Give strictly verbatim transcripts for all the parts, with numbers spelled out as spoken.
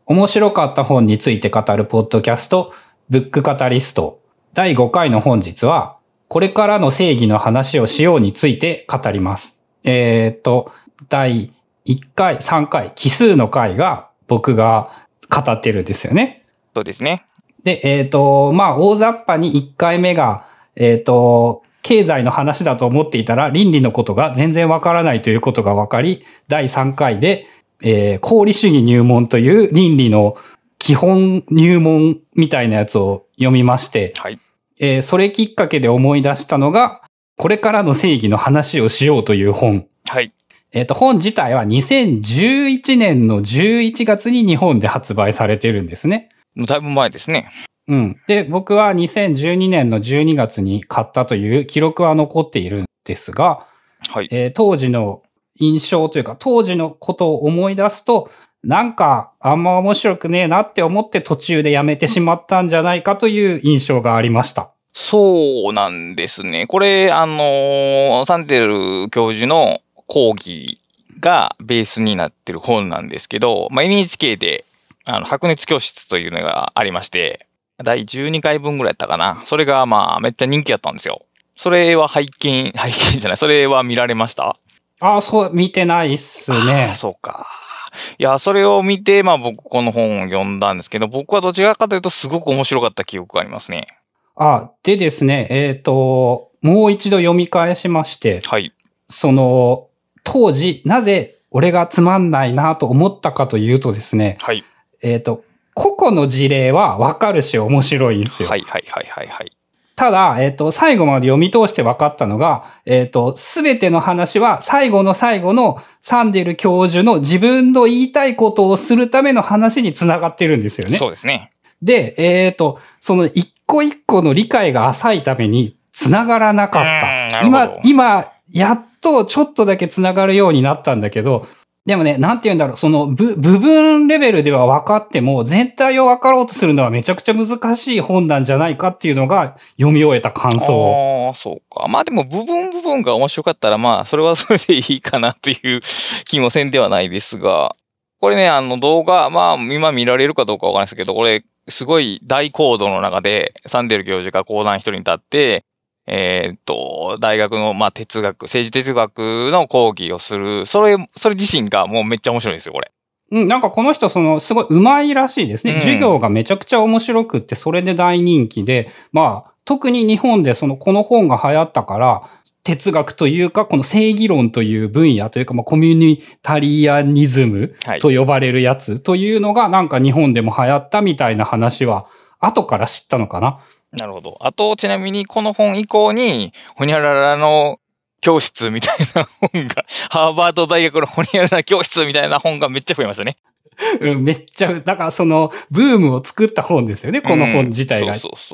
面白かった本について語るポッドキャスト、ブックカタリスト。だいごかいの本日は、これからの正義の話をしようについて語ります。えっと、だいいっかい、さんかい、奇数の回が僕が語ってるんですよね。 そうですね。 で、えっと、まあ、大雑把にいっかいめが、えっと、経済の話だと思っていたら倫理のことが全然わからないということがわかり、だいさんかいで、えー、功利主義入門という倫理の基本入門みたいなやつを読みまして、 はい。 えー、それきっかけで思い出したのが、これからの正義の話をしようという本。 はい。 えっと、本自体はにせんじゅういちねんのじゅういちがつに日本で発売されてるんですね。 もうだいぶ前ですね。 うん。で、僕はにせんじゅうにねんのじゅうにがつに買ったという記録は残っているんですが、 はい。 えー、当時の印象というか、当時のことを思い出すと、なんかあんま面白くねえなって思って途中でやめてしまったんじゃないかという印象がありました。 そうなんですね。これ、あの、サンデル教授の講義がベースになってる本なんですけど、まあ、エヌエイチケー で、あの、白熱教室というのがありまして、だいじゅうにかいぶんぐらいやったかな。それが、まあ、めっちゃ人気やったんですよ。それは拝見、拝見じゃない、それは見られました？ ああ、そう、見てないっすね。 ああ、そうか。いや、それを見て、まあ僕この本を読んだんですけど、僕はどちらかというとすごく面白かった記憶がありますね。 あ、でですね、えっと、もう一度読み返しまして、 はい。 その、当時、なぜ俺がつまんないなと思ったかというとですね、 はい。 えっと、個々の事例はわかるし面白いんですよ。 はいはいはいはいはい。 ただ、えっと、最後まで読み通して分かったのが、えっと、すべての話は最後の最後のサンデル教授の自分の言いたいことをするための話につながってるんですよね。 そうですね。 で、えっと、その一個一個の理解が浅いためにつながらなかった。今、今、やっとちょっとだけつながるようになったんだけど、でもね、なんて言うんだろう、その部、部分レベルでは分かっても、全体を分かろうとするのはめちゃくちゃ難しい本なんじゃないかっていうのが読み終えた感想。 ああ、そうか。まあでも部分部分が面白かったら、まあそれはそれでいいかなという気もせんではないですが、これね、あの動画、まあ今見られるかどうかわからないですけど、これすごい大講堂の中でサンデル教授が講談一人に立って、えー、っと、大学の、まあ、哲学、政治哲学の講義をする。それ、それ自身がもうめっちゃ面白いですよ、これ。 うん、なんかこの人、その、すごい上手いらしいですね。 うん、 授業がめちゃくちゃ面白くって、それで大人気で、まあ、特に日本でその、この本が流行ったから、哲学というか、この正義論という分野というか、まあ、コミュニタリアニズムと呼ばれるやつというのが、なんか日本でも流行ったみたいな話は、後から知ったのかな。 なるほど。あと、ちなみにこの本以降に、ホニャララの教室みたいな本が、ハーバード大学のホニャララ教室みたいな本がめっちゃ増えましたね。 うん、めっちゃ、だからその、ブームを作った本ですよね、この本自体が。うん、 そうそうそう。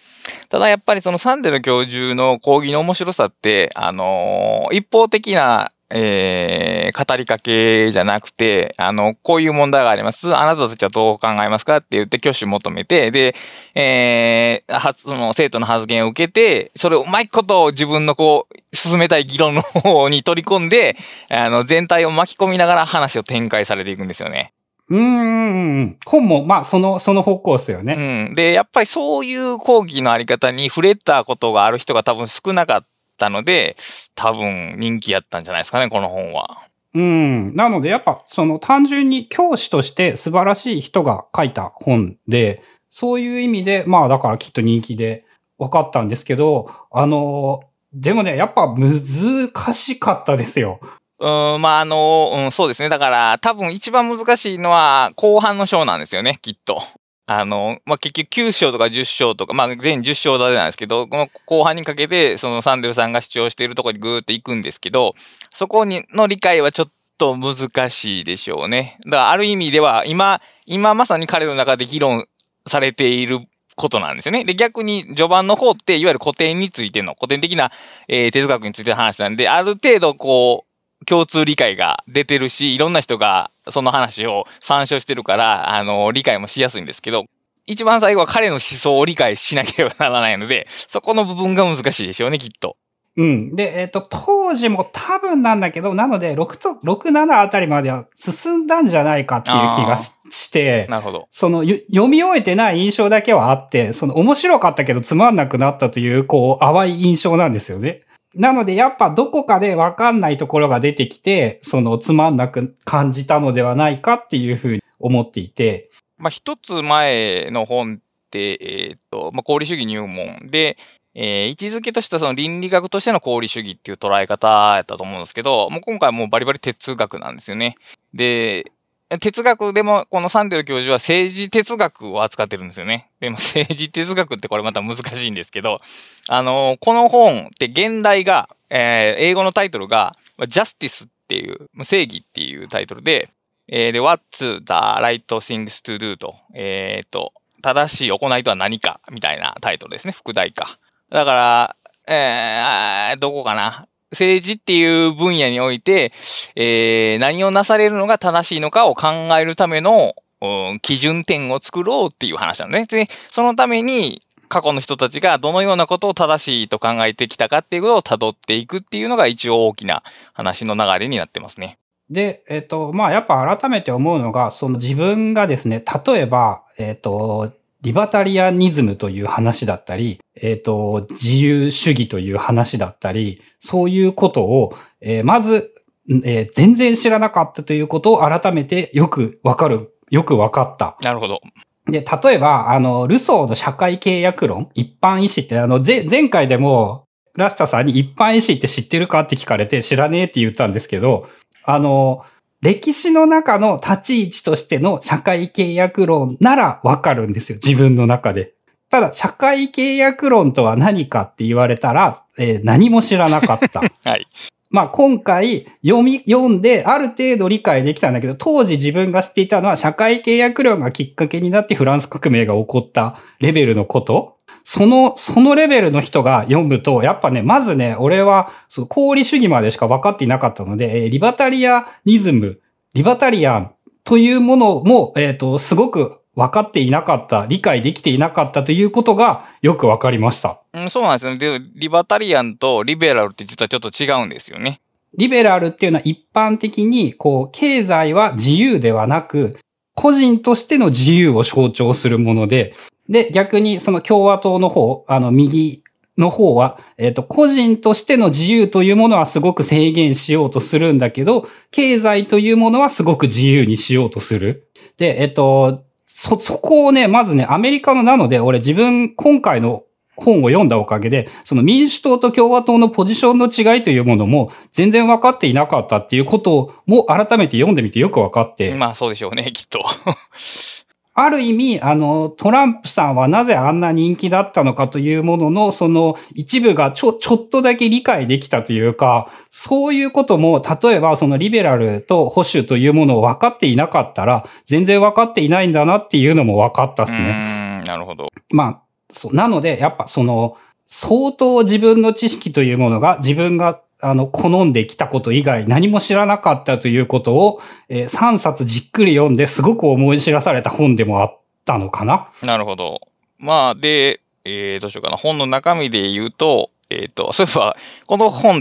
ただやっぱりそのサンデル教授の講義の面白さって、あのー、一方的な、えー、語りかけじゃなくて、あの、こういう問題があります。あなたたちはどう考えますかって言って挙手求めて、で、えー、発、その生徒の発言を受けて、それをうまいことを自分のこう、進めたい議論の方に取り込んで、あの、全体を巻き込みながら話を展開されていくんですよね。 うーん。本も、まあ、その、その方向ですよね。 うん。で、やっぱりそういう講義のあり方に触れたことがある人が多分少なかったので、多分人気やったんじゃないですかね、この本は。 うん。なので、やっぱ、その単純に教師として素晴らしい人が書いた本で、そういう意味で、まあ、だからきっと人気で分かったんですけど、あの、でもね、やっぱ難しかったですよ。 うん、まあ、あの、うん、そうですね。だから、多分一番難しいのは後半の章なんですよね、きっと。あの、まあ、結局きゅう章とかじゅっ章とか、まあ、全じゅっ章立てなんですけど、この後半にかけて、そのサンデルさんが主張しているところにぐーっと行くんですけど、そこにの理解はちょっと難しいでしょうね。だから、ある意味では、今、今まさに彼の中で議論されていることなんですよね。で、逆に序盤の方って、いわゆる古典についての、古典的な、えー、哲学についての話なんで、ある程度こう、共通理解が出てるし、いろんな人がその話を参照してるから、あの、理解もしやすいんですけど、一番最後は彼の思想を理解しなければならないので、そこの部分が難しいでしょうね、きっと。 うん。で、えっ、ー、と、当時も多分なんだけど、なので、ろくと、ろく、ななあたりまでは進んだんじゃないかっていう気が し, して、 なるほど。 その、読み終えてない印象だけはあって、その、面白かったけどつまんなくなったという、こう、淡い印象なんですよね。なので、やっぱどこかでわかんないところが出てきて、その、つまんなく感じたのではないかっていうふうに思っていて。 まあ、一つ前の本って、えっ、ー、と、まあ、功利主義入門で、えー、位置づけとしてはその倫理学としての功利主義っていう捉え方やったと思うんですけど、もう今回はもうバリバリ哲学なんですよね。で、哲学でもこのサンデル教授は政治哲学を扱ってるんですよね。でも政治哲学ってこれまた難しいんですけど、あのー、この本って現代が、えー、英語のタイトルが Justice っていう、正義っていうタイトルで、えー、で、What's the right things to do と、えっ、ー、と、正しい行いとは何かみたいなタイトルですね。副題か。だから、えー、どこかな。政治っていう分野において、えー、何をなされるのが正しいのかを考えるための、うん、基準点を作ろうっていう話なんですね。で、そのために過去の人たちがどのようなことを正しいと考えてきたかっていうことを辿っていくっていうのが一応大きな話の流れになってますね。 で、えっと、まあ、やっぱ改めて思うのが、その自分がですね、例えば、えっと、リバタリアニズムという話だったり、えっと、自由主義という話だったり、そういうことを、えー、まず、えー、全然知らなかったということを改めてよくわかる、よくわかった。 なるほど。 で、例えば、あの、ルソーの社会契約論、一般意思って、あの、ぜ、前回でも、ラスタさんに一般意思って知ってるかって聞かれて知らねえって言ったんですけど、あの、歴史の中の立ち位置としての社会契約論ならわかるんですよ。自分の中で。ただ、社会契約論とは何かって言われたら、えー、何も知らなかった。 はい。 まあ今回読み、読んである程度理解できたんだけど、当時自分が知っていたのは社会契約論がきっかけになってフランス革命が起こったレベルのこと。その、そのレベルの人が読むと、やっぱね、まずね、俺は、その、功利主義までしか分かっていなかったので、リバタリアニズム、リバタリアンというものも、えっと、すごく分かっていなかった、理解できていなかったということがよく分かりました。 うん、そうなんですよね。で、リバタリアンとリベラルって実はちょっと違うんですよね。 リベラルっていうのは一般的に、こう、経済は自由ではなく、個人としての自由を象徴するもので、で、逆にその共和党の方、あの、右の方は、えっと、個人としての自由というものはすごく制限しようとするんだけど、経済というものはすごく自由にしようとする。で、えっと、そ、そこをね、まずね、アメリカのなので、俺自分、今回の本を読んだおかげで、その民主党と共和党のポジションの違いというものも全然分かっていなかったっていうことも改めて読んでみてよく分かって。 まあそうでしょうね、きっと。 ある意味、あの、トランプさんはなぜあんな人気だったのかというものの、その一部がちょ、ちょっとだけ理解できたというか、そういうことも、例えばそのリベラルと保守というものを分かっていなかったら、全然分かっていないんだなっていうのも分かったですね。 うん、なるほど。 まあ、そう、なので、やっぱその、相当自分の知識というものが自分があの、好んできたこと以外何も知らなかったということを、えー、さんさつじっくり読んですごく思い知らされた本でもあったのかな。 なるほど。まあ、で、えー、どうしようかな。本の中身で言うと、えっ、ー、と、そういえば、この本って、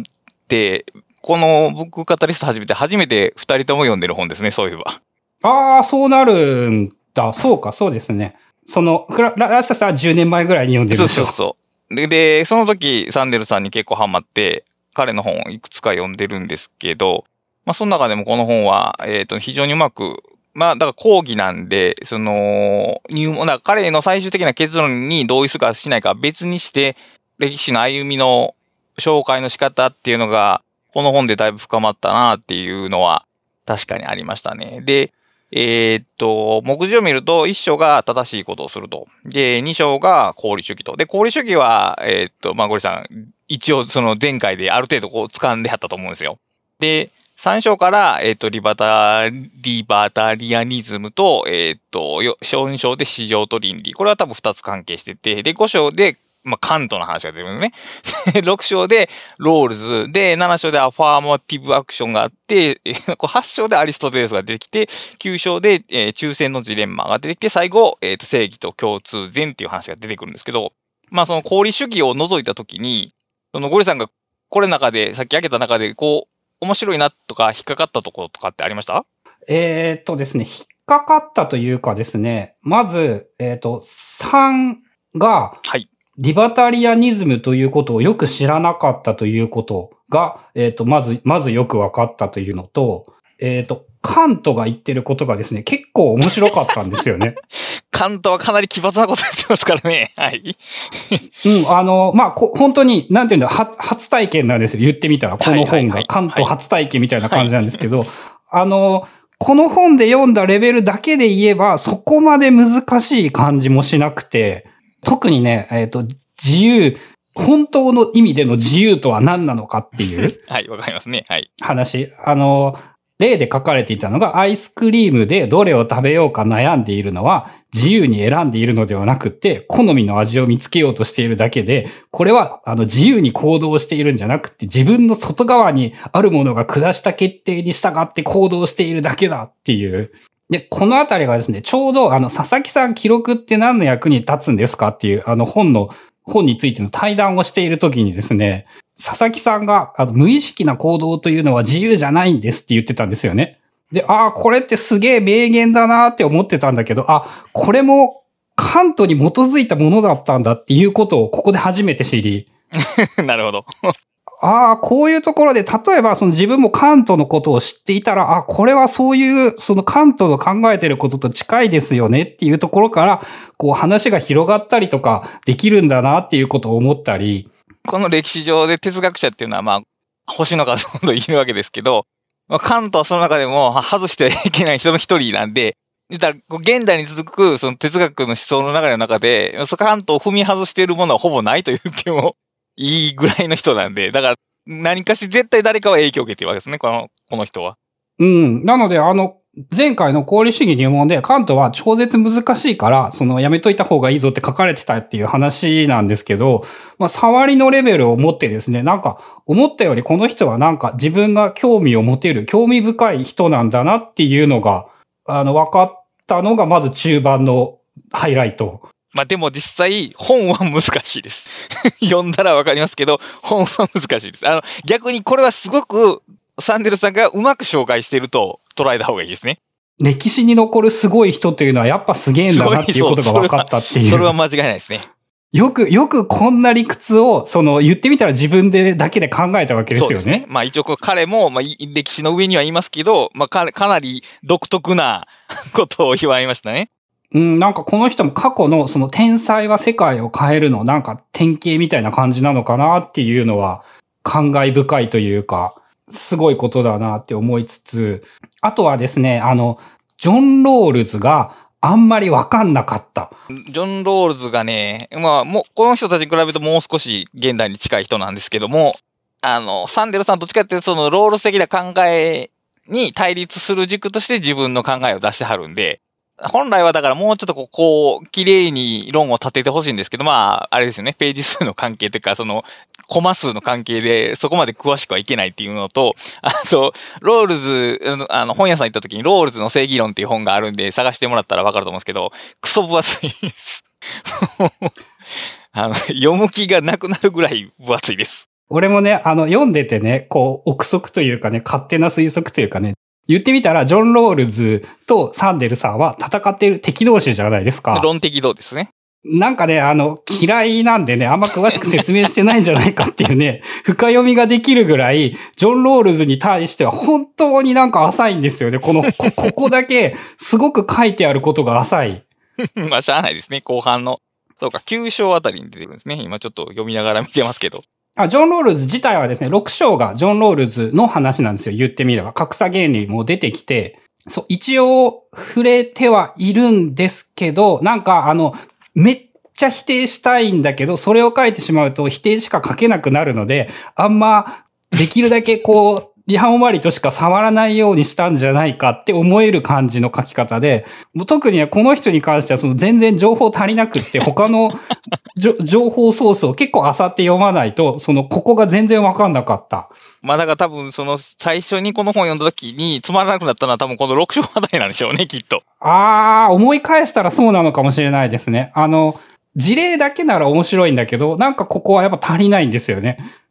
この僕カタリスト始めて初めて二人とも読んでる本ですね、そういえば。 ああ、そうなるんだ。そうか、そうですね。その、ララッシャさんはじゅうねんまえぐらいに読んでるでしょ。 そうそうそう。で、でその時、サンデルさんに結構ハマって、彼の本をいくつか読んでるんですけど、まあ、その中でもこの本は、えっ、ー、と、非常にうまく、まあ、だから講義なんで、その、入門、だから彼の最終的な結論に同意するかしないかは別にして、歴史の歩みの紹介の仕方っていうのが、この本でだいぶ深まったなっていうのは、確かにありましたね。で、えー、っと、目次を見ると、一章が正しいことをすると。で、二章が功利主義と。で、功利主義は、えー、っと、まあ、ゴリさん、一応その前回である程度こう掴んではったと思うんですよ。で、さん章から、えっ、ー、と、リバタ、リバタリアニズムと、えっ、ー、と、よん章で市場と倫理。これは多分ふたつ関係してて、で、ご章で、まあ、カントの話が出るんですね。ろく章でロールズ、で、なな章でアファーマティブアクションがあって、はち章でアリストテレスが出てきて、きゅう章で、えー、抽選のジレンマが出てきて、最後、えっ、ー、と、正義と共通善っていう話が出てくるんですけど、まあ、その功利主義を除いたときに、そのゴリさんがこれの中で、さっき挙げた中で、こう、面白いなとか引っかかったところとかってありました？ えーっとですね、引っかかったというかですね、まず、えーっと、さんが、 はい。 リバタリアニズムということをよく知らなかったということが、えーっと、まず、まずよく分かったというのと、えーっと、カントが言ってることがですね、結構面白かったんですよね。 カントはかなり奇抜なこと言ってますからね。はい。 うん、あの、まあ、こ本当に、なんていうんだ、は初体験なんですよ。言ってみたら、この本が、カント初体験みたいな感じなんですけど、はい、あの、この本で読んだレベルだけで言えば、そこまで難しい感じもしなくて、特にね、えっと、自由、本当の意味での自由とは何なのかっていう。 はい、わかりますね。はい。 話。あの、例で書かれていたのが、アイスクリームでどれを食べようか悩んでいるのは、自由に選んでいるのではなくて、好みの味を見つけようとしているだけで、これは、あの、自由に行動しているんじゃなくて、自分の外側にあるものが下した決定に従って行動しているだけだっていう。で、このあたりがですね、ちょうど、あの、佐々木さん記録って何の役に立つんですかっていう、あの、本の、本についての対談をしているときにですね、佐々木さんが、あの、無意識な行動というのは自由じゃないんですって言ってたんですよね。で、ああ、これってすげえ名言だなって思ってたんだけど、あ、これもカントに基づいたものだったんだっていうことをここで初めて知り。 なるほど。 ああ、こういうところで、例えばその自分もカントのことを知っていたら、あ、これはそういう、そのカントの考えてることと近いですよねっていうところから、こう話が広がったりとかできるんだなっていうことを思ったり。 この歴史上で哲学者っていうのは、まあ、星の数ほどいるわけですけど、まあ、カントはその中でも外してはいけない人の一人なんで、言ったら、現代に続くその哲学の思想の流れの中で、そカントを踏み外しているものはほぼないと言ってもいいぐらいの人なんで、だから何かし絶対誰かは影響を受けているわけですね、この、この人は。 うん。なので、あの、前回の功利主義入門で、カントは超絶難しいから、そのやめといた方がいいぞって書かれてたっていう話なんですけど、まあ、触りのレベルを持ってですね、なんか、思ったよりこの人はなんか自分が興味を持てる、興味深い人なんだなっていうのが、あの、分かったのが、まず中盤のハイライト。 まあでも実際、本は難しいです。読んだらわかりますけど、本は難しいです。あの、逆にこれはすごく、サンデルさんがうまく紹介していると捉えた方がいいですね。 歴史に残るすごい人っていうのはやっぱすげえんだなっていうことが分かったっていう。 それは間違いないですね。 よく、よくこんな理屈を、その、言ってみたら自分でだけで考えたわけですよね。そうですね。 まあ一応彼も、まあ歴史の上には言いますけど、まあか、かなり独特なことを言われましたね。 うん、なんかこの人も過去のその天才は世界を変えるの、なんか典型みたいな感じなのかなっていうのは、感慨深いというか、すごいことだなって思いつつ、あとはですね、あの、ジョン・ロールズがあんまりわかんなかった。 ジョン・ロールズがね、まあ、もう、この人たちに比べるともう少し現代に近い人なんですけども、あの、サンデルさんどっちかっていうとそのロールズ的な考えに対立する軸として自分の考えを出してはるんで、本来はだからもうちょっとこう、こう、綺麗に論を立ててほしいんですけど、まあ、あれですよね、ページ数の関係というか、その、コマ数の関係でそこまで詳しくはいけないっていうのと、あと、ロールズ、あの、本屋さん行った時にロールズの正義論っていう本があるんで探してもらったらわかると思うんですけど、クソ分厚いです。あの、読む気がなくなるぐらい分厚いです。 俺もね、あの、読んでてね、こう、憶測というかね、勝手な推測というかね、言ってみたら、ジョン・ロールズとサンデルさんは戦っている敵同士じゃないですか。 論敵同ですね。 なんかね、あの、嫌いなんでね、あんま詳しく説明してないんじゃないかっていうね、深読みができるぐらい、ジョン・ロールズに対しては本当になんか浅いんですよね。この、こ、ここだけ、すごく書いてあることが浅い。 まあ、しゃあないですね、後半の。そうか、きゅう章あたりに出てくるんですね。今ちょっと読みながら見てますけど。 あ、ジョン・ロールズ自体はですね、ろく章がジョン・ロールズの話なんですよ。言ってみれば。格差原理も出てきて、そう、一応触れてはいるんですけど、なんかあの、めっちゃ否定したいんだけど、それを書いてしまうと否定しか書けなくなるので、あんま、できるだけこう、リハンワリとしか触らないようにしたんじゃないかって思える感じの書き方で、もう特にこの人に関してはその全然情報足りなくって他の情報ソースを結構漁って読まないと、そのここが全然わかんなかった。 まあだから多分その最初にこの本読んだ時につまらなくなったのは多分このろく章あたりなんでしょうね、きっと。 あー、思い返したらそうなのかもしれないですね。あの、事例だけなら面白いんだけど、なんかここはやっぱ足りないんですよね。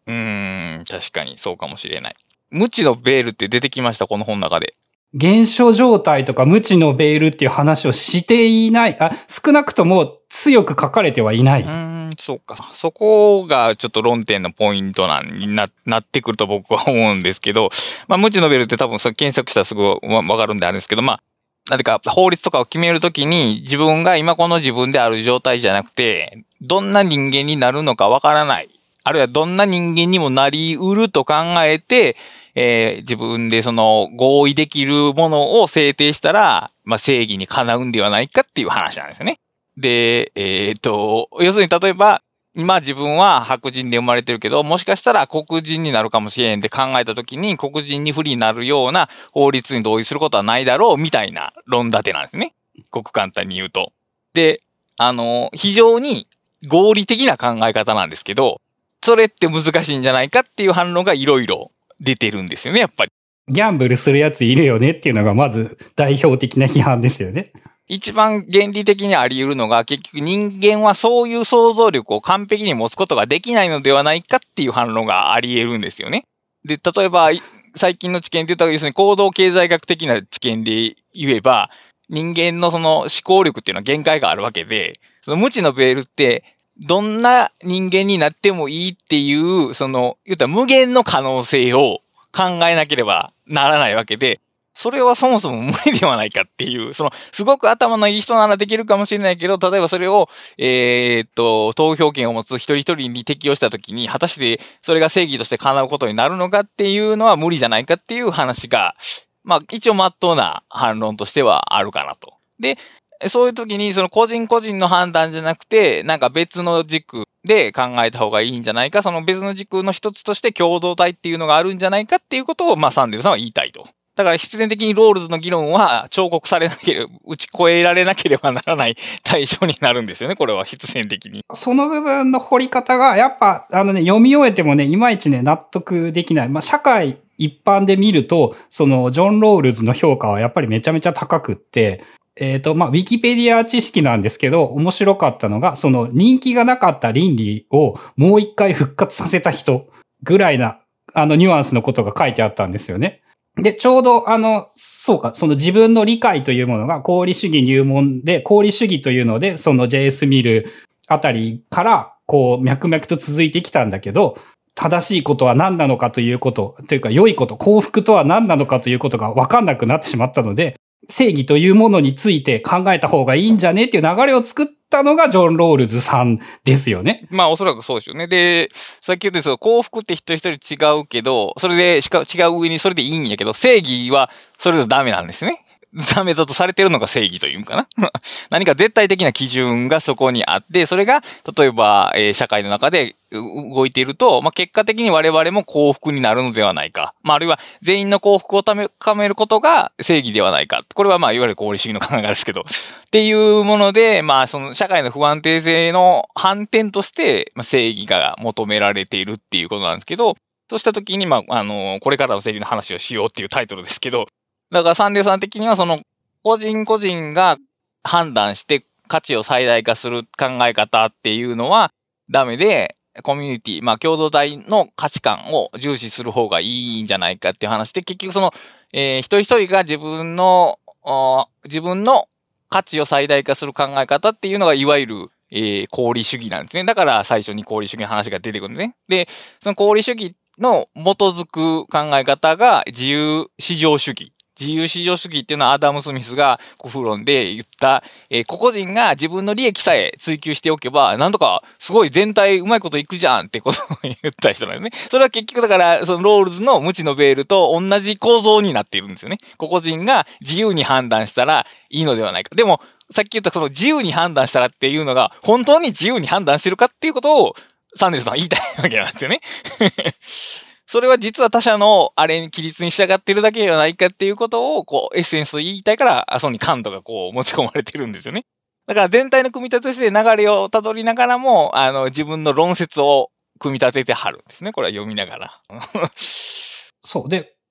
うーん、確かにそうかもしれない。無知のベールって出てきました、この本の中で。 現象状態とか無知のベールっていう話をしていない、あ、少なくとも強く書かれてはいない。 うーん、そうか。そこがちょっと論点のポイントなんにな、なってくると僕は思うんですけど、まあ、無知のベールって多分それ検索したらすぐわわかるんであるんですけど、まあ、なんていうか、法律とかを決めるときに自分が今この自分である状態じゃなくて、どんな人間になるのかわからない。あるいはどんな人間にもなり得ると考えて、えー自分でその合意できるものを制定したら、まあ、正義にかなうんではないかっていう話なんですよね。で、えっと、要するに例えば、今自分は白人で生まれてるけど、もしかしたら黒人になるかもしれんって考えたときに、黒人に不利になるような法律に同意することはないだろうみたいな論立てなんですね。ごく簡単に言うと。で、あの、非常に合理的な考え方なんですけど、それって難しいんじゃないかっていう反論がいろいろ出てるんですよね、やっぱり。 ギャンブルするやついるよねっていうのがまず代表的な批判ですよね。 一番原理的にあり得るのが、結局人間はそういう想像力を完璧に持つことができないのではないかっていう反論があり得るんですよね。で、例えば、い最近の知見で言ったら、要するに行動経済学的な知見で言えば、人間のその思考力っていうのは限界があるわけで、その無知のベールって、どんな人間になってもいいっていう、その、言ったら無限の可能性を考えなければならないわけで、それはそもそも無理ではないかっていう、その、すごく頭のいい人ならできるかもしれないけど、例えばそれを、えーっと、投票権を持つ一人一人に適用したときに、果たしてそれが正義として叶うことになるのかっていうのは無理じゃないかっていう話が、まあ、一応真っ当な反論としてはあるかなと。で、そういう時に、その個人個人の判断じゃなくて、なんか別の軸で考えた方がいいんじゃないか、その別の軸の一つとして共同体っていうのがあるんじゃないかっていうことを、まあ、サンデルさんは言いたいと。だから必然的にロールズの議論は彫刻されなければ、打ち越えられなければならない対象になるんですよね、これは必然的に。 その部分の掘り方が、やっぱ、あのね、読み終えてもね、いまいちね、納得できない。まあ、社会一般で見ると、その、ジョン・ロールズの評価はやっぱりめちゃめちゃ高くって、えっと、まあ、ウィキペディア知識なんですけど、面白かったのが、その、人気がなかった倫理をもう一回復活させた人ぐらいな、あの、ニュアンスのことが書いてあったんですよね。で、ちょうど、あの、そうか、その自分の理解というものが功利主義入門で、功利主義というので、その ジェイエス ミルあたりから、こう、脈々と続いてきたんだけど、正しいことは何なのかということ、というか良いこと、幸福とは何なのかということが分かんなくなってしまったので、正義というものについて考えた方がいいんじゃねっていう流れを作ったのがジョン・ロールズさんですよね。 まあおそらくそうですよね。で、さっき言ったように幸福って一人一人違うけど、それでしか違う上にそれでいいんやけど、正義はそれでダメなんですね。ダメだとされてるのが正義というんかな。何か絶対的な基準がそこにあって、それが、例えば、えー社会の中でう動いていると、まあ、結果的に我々も幸福になるのではないか。まあ、あるいは全員の幸福をため高めることが正義ではないか。これはまあ、いわゆる功利主義の考え方ですけど。っていうもので、まあ、その社会の不安定性の反転として、まあ、正義が求められているっていうことなんですけど、そうしたときに、まあ、あの、これからの正義の話をしようっていうタイトルですけど、だからサンデーさん的にはその個人個人が判断して価値を最大化する考え方っていうのはダメで、コミュニティ、まあ共同体の価値観を重視する方がいいんじゃないかっていう話で、結局その、えー一人一人が自分の、あー自分の価値を最大化する考え方っていうのがいわゆる、えー、功利主義なんですね。だから最初に功利主義の話が出てくるんですね。で、その功利主義の基づく考え方が自由市場主義。自由市場主義っていうのはアダム・スミスが古風論で言った、えー個々人が自分の利益さえ追求しておけば、なんとかすごい全体うまいこといくじゃんってことを言った人なんですね。それは結局だから、そのロールズの無知のベールと同じ構造になっているんですよね。個々人が自由に判断したらいいのではないか。でも、さっき言ったその自由に判断したらっていうのが、本当に自由に判断してるかっていうことを、サンデルさんは言いたいわけなんですよね。それは実は他者のあれに規律に従っているだけではないかっていうことを、こう、エッセンスと言いたいから、あそこにカントがこう、持ち込まれてるんですよね。だから全体の組み立てとして流れをたどりながらも、あの、自分の論説を組み立ててはるんですね。これは読みながら。 そう。で、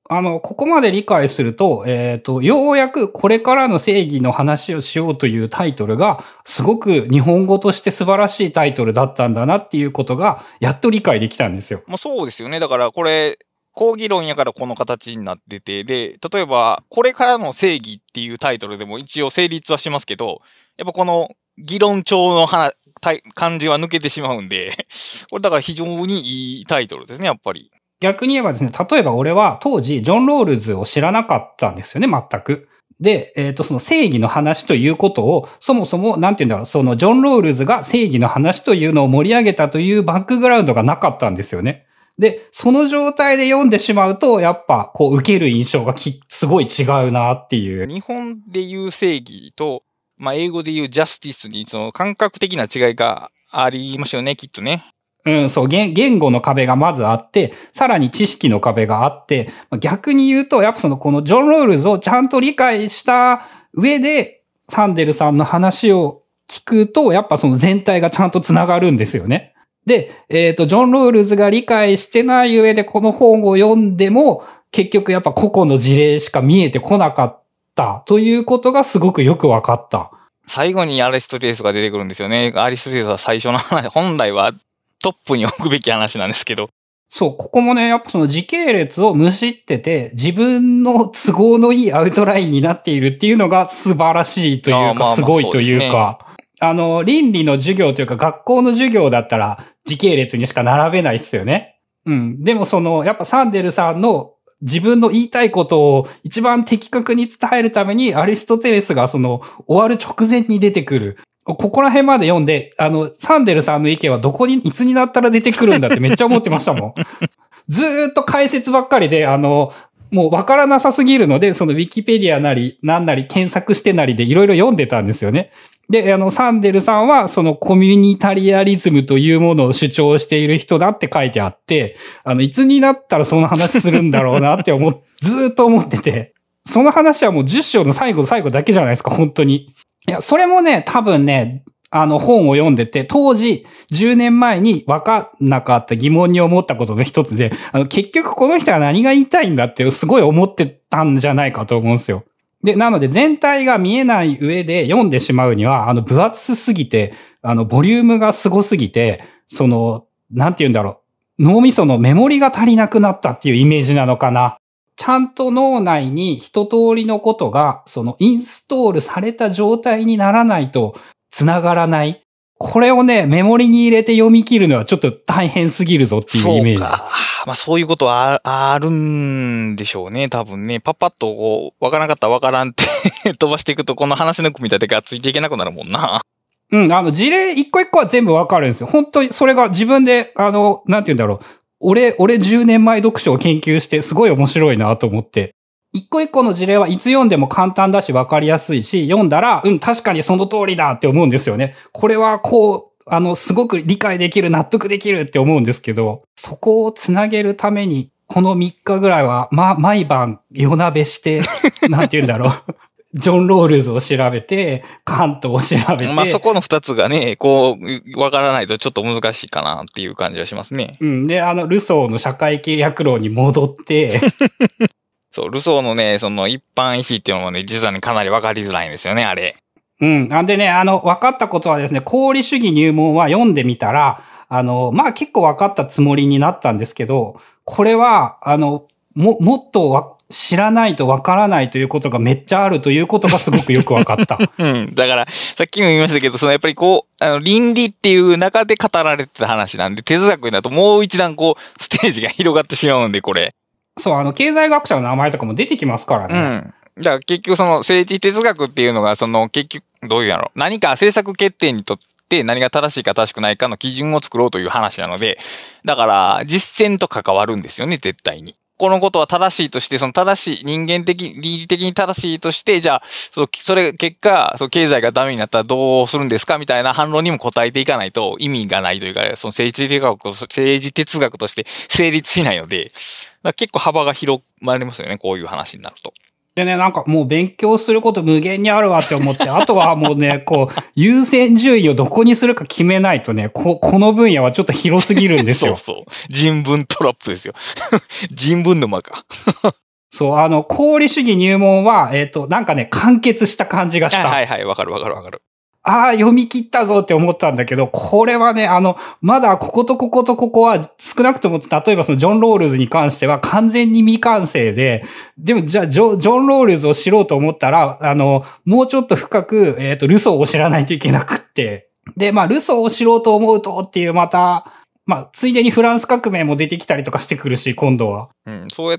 あの、ここまで理解すると、えっと、ようやくこれからの正義の話をしようというタイトルが、すごく日本語として素晴らしいタイトルだったんだなっていうことが、やっと理解できたんですよ。 まあそうですよね。だからこれ、講義論やからこの形になってて、で、例えば、これからの正義っていうタイトルでも一応成立はしますけど、やっぱこの議論調の話、感じは抜けてしまうんで、これだから非常にいいタイトルですね、やっぱり。 逆に言えばですね、例えば俺は当時、ジョン・ロールズを知らなかったんですよね、全く。で、えっと、その正義の話ということを、そもそも、なんて言うんだろう、そのジョン・ロールズが正義の話というのを盛り上げたというバックグラウンドがなかったんですよね。で、その状態で読んでしまうと、やっぱ、こう、受ける印象がき、すごい違うなっていう。 日本で言う正義と、まあ、英語で言うジャスティスに、その感覚的な違いがありますよね、きっとね。 うん、そう、言、言語の壁がまずあって、さらに知識の壁があって、逆に言うと、やっぱその、このジョン・ロールズをちゃんと理解した上で、サンデルさんの話を聞くと、やっぱその全体がちゃんとつながるんですよね。で、えっと、ジョン・ロールズが理解してない上でこの本を読んでも、結局やっぱ個々の事例しか見えてこなかったということがすごくよくわかった。 最後にアリストテレスが出てくるんですよね。アリストテレスは最初の話、本来はトップに置くべき話なんですけど。 そう、ここもね、やっぱその時系列をむしってて、自分の都合のいいアウトラインになっているっていうのが素晴らしいというか、すごいというか、あの、倫理の授業というか、学校の授業だったら時系列にしか並べないっすよね。うん。でもその、やっぱサンデルさんの自分の言いたいことを一番的確に伝えるために、アリストテレスがその、終わる直前に出てくる。ここら辺まで読んで、あの、サンデルさんの意見はどこに、いつになったら出てくるんだってめっちゃ思ってましたもん。ずーっと解説ばっかりで、あの、もうわからなさすぎるので、そのウィキペディアなり、なんなり検索してなりでいろいろ読んでたんですよね。で、あの、サンデルさんは、そのコミュニタリアリズムというものを主張している人だって書いてあって、あの、いつになったらその話するんだろうなって思っ、ずーっと思ってて、その話はもうじゅっ章の最後最後だけじゃないですか、本当に。いや、それもね、多分ね、あの本を読んでて、当時じゅうねんまえに分かんなかった疑問に思ったことの一つで、あの結局この人は何が言いたいんだってすごい思ってたんじゃないかと思うんですよ。で、なので全体が見えない上で読んでしまうには、あの分厚すぎて、あのボリュームがすごすぎて、その、なんて言うんだろう、脳みそのメモリが足りなくなったっていうイメージなのかな。ちゃんと脳内に一通りのことが、そのインストールされた状態にならないと、繋がらない。これをね、メモリに入れて読み切るのはちょっと大変すぎるぞっていうイメージ。 そうか。まあそういうことはあるんでしょうね、多分ね。パッパッとこう、わからなかったらわからんって飛ばしていくと、この話の組み立てがついていけなくなるもんな。 うん、あの、事例一個一個は全部わかるんですよ。本当に、それが自分で、あの、なんて言うんだろう。俺、俺じゅうねんまえ読書を研究してすごい面白いなと思って。一個一個の事例はいつ読んでも簡単だし分かりやすいし、読んだら、うん、確かにその通りだって思うんですよね。これはこう、あの、すごく理解できる、納得できるって思うんですけど、そこをつなげるために、このみっかぐらいは、ま、毎晩夜なべして、なんて言うんだろう。ジョン・ロールズを調べて、カントを調べて。 まあそこの二つがね、こう、わからないとちょっと難しいかなっていう感じはしますね。 うん。で、あの、ルソーの社会契約論に戻って、 そう、ルソーのね、その一般意思っていうのもね、実はね、かなり分かりづらいんですよね、あれ。 うん。なんでね、あの、分かったことはですね、功利主義入門は読んでみたら、あの、まあ、結構分かったつもりになったんですけど、これは、あの、も、もっとわ知らないと分からないということがめっちゃあるということがすごくよく分かった。 うん。だから、さっきも言いましたけど、そのやっぱりこう、あの、倫理っていう中で語られてた話なんで、哲学になるともう一段こう、ステージが広がってしまうんで、これ。 そう、あの、経済学者の名前とかも出てきますからね。 うん。だから結局その政治哲学っていうのが、その結局、どういうやろう。何か政策決定にとって何が正しいか正しくないかの基準を作ろうという話なので、だから実践と関わるんですよね、絶対に。このことは正しいとして、その正しい、人間的、倫理的に正しいとして、じゃあ、そそれ、結果、その経済がダメになったらどうするんですかみたいな反論にも答えていかないと意味がないというか、その政治哲学、政治哲学として成立しないので、結構幅が広まりますよね、こういう話になると。 でね、なんかもう勉強すること無限にあるわって思って、あとはもうね、こう、優先順位をどこにするか決めないとね、こ、この分野はちょっと広すぎるんですよ。 そうそう。人文トラップですよ。人文沼か。 そう、あの、功利主義入門は、えっと、なんかね、完結した感じがした。 はいはい、わかるわかるわかる。 ああ、読み切ったぞって思ったんだけど、これはね、あの、まだこことこことここは少なくとも、例えばそのジョン・ロールズに関しては完全に未完成で、でもじゃあジョ、ジョン・ロールズを知ろうと思ったら、あの、もうちょっと深く、えっと、ルソーを知らないといけなくって。で、まあ、ルソーを知ろうと思うとっていうまた、まあ、ついでにフランス革命も出てきたりとかしてくるし、今度は。 うん、そうやって、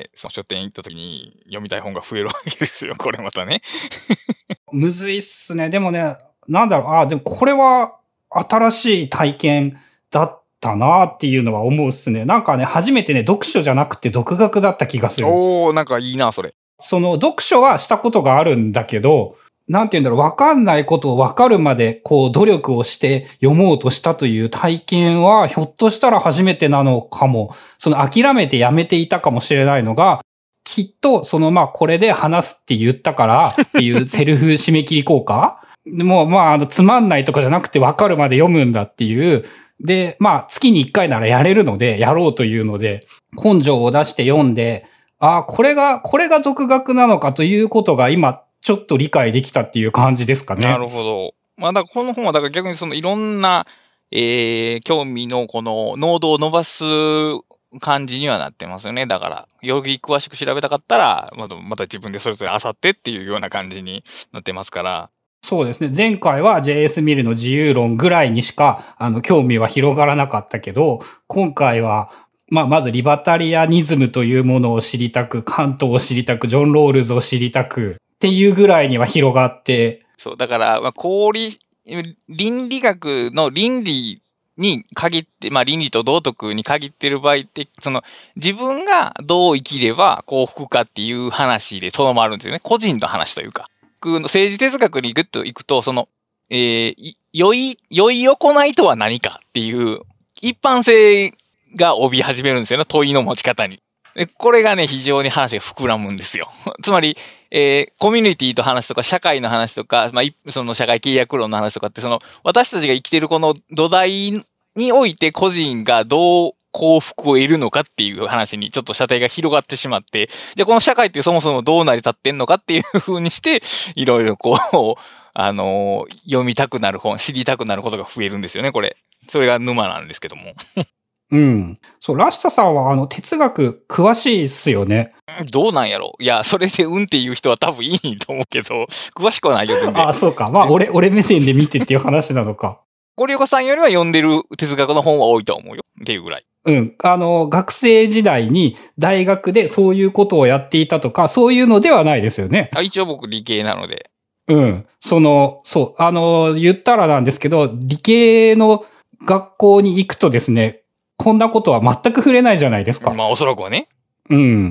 その書店行った時に読みたい本が増えるわけですよ、これまたね。 むずいっすね。でもね、なんだろう、ああ、でもこれは新しい体験だったなっていうのは思うっすね。なんかね、初めてね、読書じゃなくて独学だった気がする。 おー、なんかいいな、それ。 その、読書はしたことがあるんだけど、なんて言うんだろう、わかんないことをわかるまで、こう、努力をして読もうとしたという体験は、ひょっとしたら初めてなのかも。その、諦めてやめていたかもしれないのが、きっと、その、まあ、これで話すって言ったからっていうセルフ締め切り効果でも、まあ、あの、つまんないとかじゃなくて分かるまで読むんだっていう。で、まあ、月にいっかいならやれるので、やろうというので、根性を出して読んで、ああ、これが、これが独学なのかということが今、ちょっと理解できたっていう感じですかね。 なるほど。まあ、だからこの本は、だから逆にそのいろんな、えー、興味のこの濃度を伸ばす感じにはなってますよね。だから、より詳しく調べたかったら、また、また自分でそれぞれ漁ってっていうような感じになってますから。 そうですね。前回は ジェイエス ミルの自由論ぐらいにしか、あの、興味は広がらなかったけど、今回は、まあ、まずリバタリアニズムというものを知りたく、カントを知りたく、ジョン・ロールズを知りたく、っていうぐらいには広がって。 そう、だから、まあ、功利、倫理学の倫理に限って、まあ倫理と道徳に限ってる場合って、その自分がどう生きれば幸福かっていう話でとどまるんですよね。個人の話というか。政治哲学にグッといくと、その、えー、良い、良い行いとは何かっていう一般性が帯び始めるんですよね。問いの持ち方に。でこれがね、非常に話が膨らむんですよ。つまり、えー、コミュニティと話とか、社会の話とか、まあ、その社会契約論の話とかって、その、私たちが生きているこの土台において個人がどう幸福を得るのかっていう話にちょっと射程が広がってしまって、じゃあこの社会ってそもそもどう成り立ってんのかっていう風にして、いろいろこう、あのー、読みたくなる本、知りたくなることが増えるんですよね、これ。それが沼なんですけども。 うん。そう、ラシタさんはあの哲学詳しいっすよね。 どうなんやろいや、それでうんっていう人は多分いいと思うけど、詳しくはないよ、全然。 ああ、そうか。まあ、俺、俺目線で見てっていう話なのか。 ゴリオカさんよりは読んでる哲学の本は多いと思うよ。っていうぐらい。 うん。あの、学生時代に大学でそういうことをやっていたとか、そういうのではないですよね。 あ一応僕理系なので。 うん。その、そう。あの、言ったらなんですけど、理系の学校に行くとですね、こんなことは全く触れないじゃないですか。 まあ、おそらくはね。 うん。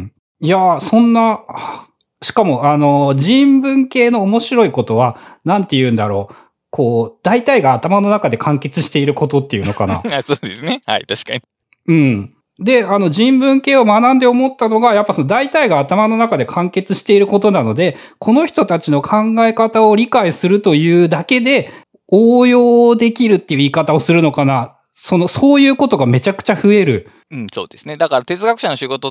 いや、そんな、しかも、あの、人文系の面白いことは、なんて言うんだろう。こう、大体が頭の中で完結していることっていうのかな。 そうですね。はい、確かに。 うん。で、あの、人文系を学んで思ったのが、やっぱその大体が頭の中で完結していることなので、この人たちの考え方を理解するというだけで、応用できるっていう言い方をするのかな。その、そういうことがめちゃくちゃ増える。 うん、そうですね。だから哲学者の仕事って、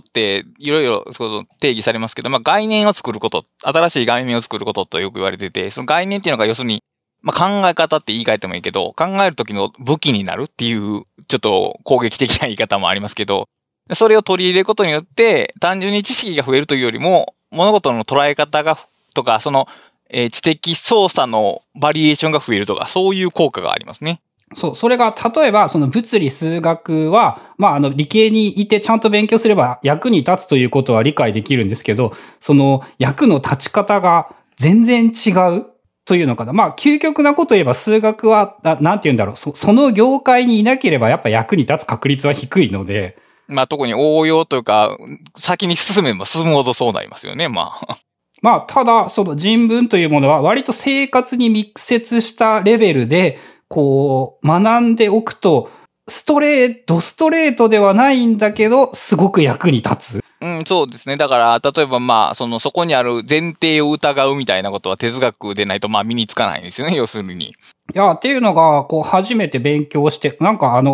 いろいろ定義されますけど、まあ概念を作ること、新しい概念を作ることとよく言われてて、その概念っていうのが要するに、まあ考え方って言い換えてもいいけど、考える時の武器になるっていう、ちょっと攻撃的な言い方もありますけど、それを取り入れることによって、単純に知識が増えるというよりも、物事の捉え方が、とか、その、えー、知的操作のバリエーションが増えるとか、そういう効果がありますね。 そう、それが、例えば、その物理数学は、まあ、あの、理系にいてちゃんと勉強すれば役に立つということは理解できるんですけど、その役の立ち方が全然違うというのかな。まあ、究極なこと言えば数学は、なんて言うんだろうそ、その業界にいなければやっぱ役に立つ確率は低いので。 まあ、特に応用というか、先に進めば進むほどそうなりますよね、まあ。 まあ、ただ、その人文というものは割と生活に密接したレベルで、こう、学んでおくと、ストレート、ストレートではないんだけど、すごく役に立つ。 うん、そうですね。だから、例えばまあ、その、そこにある前提を疑うみたいなことは哲学でないと、まあ、身につかないんですよね、要するに。いや、っていうのが、こう、初めて勉強して、なんかあの、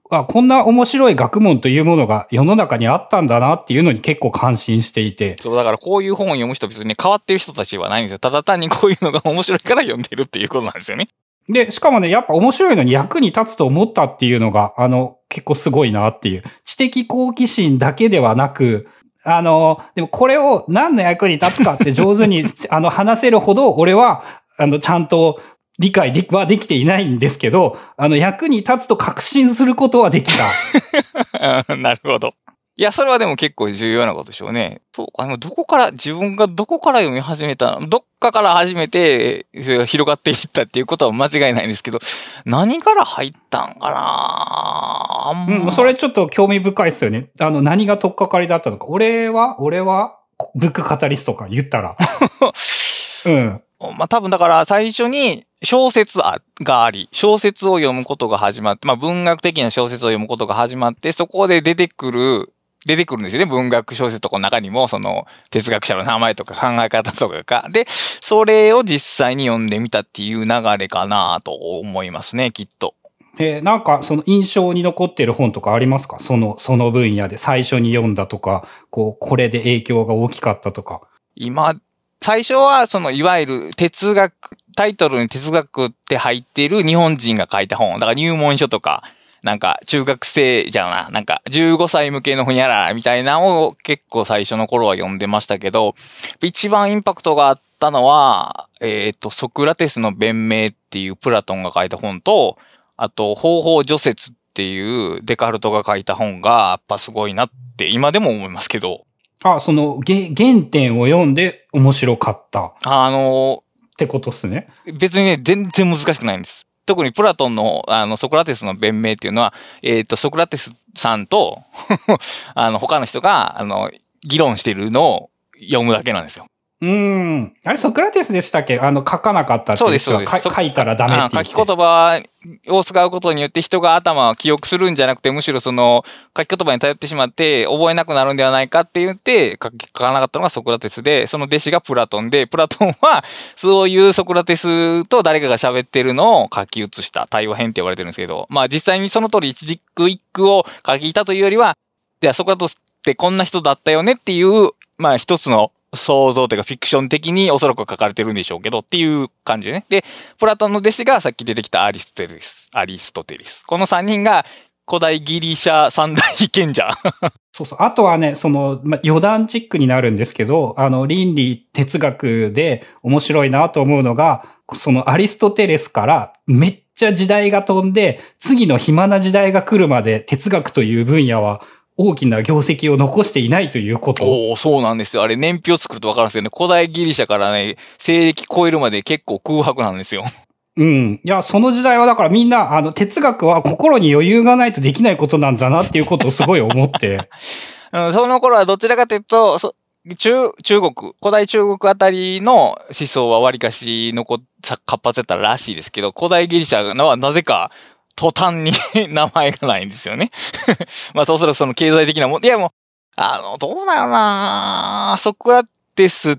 あ、こんな面白い学問というものが世の中にあったんだなっていうのに結構感心していて。 そう、だからこういう本を読む人別に変わってる人たちはないんですよ。ただ単にこういうのが面白いから読んでるっていうことなんですよね。 で、しかもね、やっぱ面白いのに役に立つと思ったっていうのが、あの、結構すごいなっていう。知的好奇心だけではなく、あの、でもこれを何の役に立つかって上手にあの話せるほど、俺は、あの、ちゃんと理解ではできていないんですけど、あの、役に立つと確信することはできた。なるほど。いや、それはでも結構重要なことでしょうね。そうか、でもどこから、自分がどこから読み始めたの、どっかから始めて広がっていったっていうことは間違いないんですけど、何から入ったんかなあんま、 うん、それちょっと興味深いですよね。あの、何が取っかかりだったのか。俺は、俺は、ブックカタリストか言ったら。うん。 まあ多分だから最初に小説があり、小説を読むことが始まって、まあ文学的な小説を読むことが始まって、そこで出てくる、出てくるんですよね。文学小説とかの中にも、その哲学者の名前とか考え方とかが。で、それを実際に読んでみたっていう流れかなと思いますね、きっと。 で、なんかその印象に残ってる本とかありますか？その、その分野で最初に読んだとか、こう、これで影響が大きかったとか。 今、最初はそのいわゆる哲学、タイトルに哲学って入っている日本人が書いた本。だから入門書とか、なんか中学生じゃな、なんかじゅうごさい向けのほにゃららみたいなのを結構最初の頃は読んでましたけど、一番インパクトがあったのは、えっと、ソクラテスの弁明っていうプラトンが書いた本と、あと、方法除説っていうデカルトが書いた本がやっぱすごいなって今でも思いますけど。 あ、その、げ、原点を読んで面白かった。 あの、 ってことっすね。 別にね、全然難しくないんです。特にプラトンの、あの、ソクラテスの弁明っていうのは、えっと、ソクラテスさんとあの、他の人が、あの、議論しているのを読むだけなんですよ。 うーん。あれ、ソクラテスでしたっけ？あの、書かなかったっていう人が書いたらダメって言って。 書き言葉を使うことによって人が頭を記憶するんじゃなくて、むしろその、書き言葉に頼ってしまって覚えなくなるんではないかって言って書かなかったのがソクラテスで、その弟子がプラトンで、プラトンはそういうソクラテスと誰かが喋ってるのを書き写した対話編って言われてるんですけど、まあ実際にその通り一軸一句を書きたというよりは、じゃあソクラテスってこんな人だったよねっていう、まあ一つの想像というかフィクション的におそらく書かれてるんでしょうけどっていう感じでね。で、プラトンの弟子がさっき出てきたアリストテレス。アリストテレス。このさんにんが古代ギリシャ三大賢者。 そうそう。あとはね、その、ま、余談チックになるんですけど、あの、倫理哲学で面白いなと思うのが、そのアリストテレスからめっちゃ時代が飛んで、次の暇な時代が来るまで哲学という分野は大きな業績を残していないということ。 おお、そうなんですよ。あれ、年表作るとわかるんですよね。古代ギリシャからね、西暦超えるまで結構空白なんですよ。 うん。いや、その時代はだからみんな、あの、哲学は心に余裕がないとできないことなんだなっていうことをすごい思って。 うん、その頃はどちらかというと、そ中、中国、古代中国あたりの思想は割かしのこ活発だったらしいですけど、古代ギリシャのはなぜか、途端に名前がないんですよね。まあ、おそらくその経済的なもん。いやもう、あの、どうだよなソクラテスって、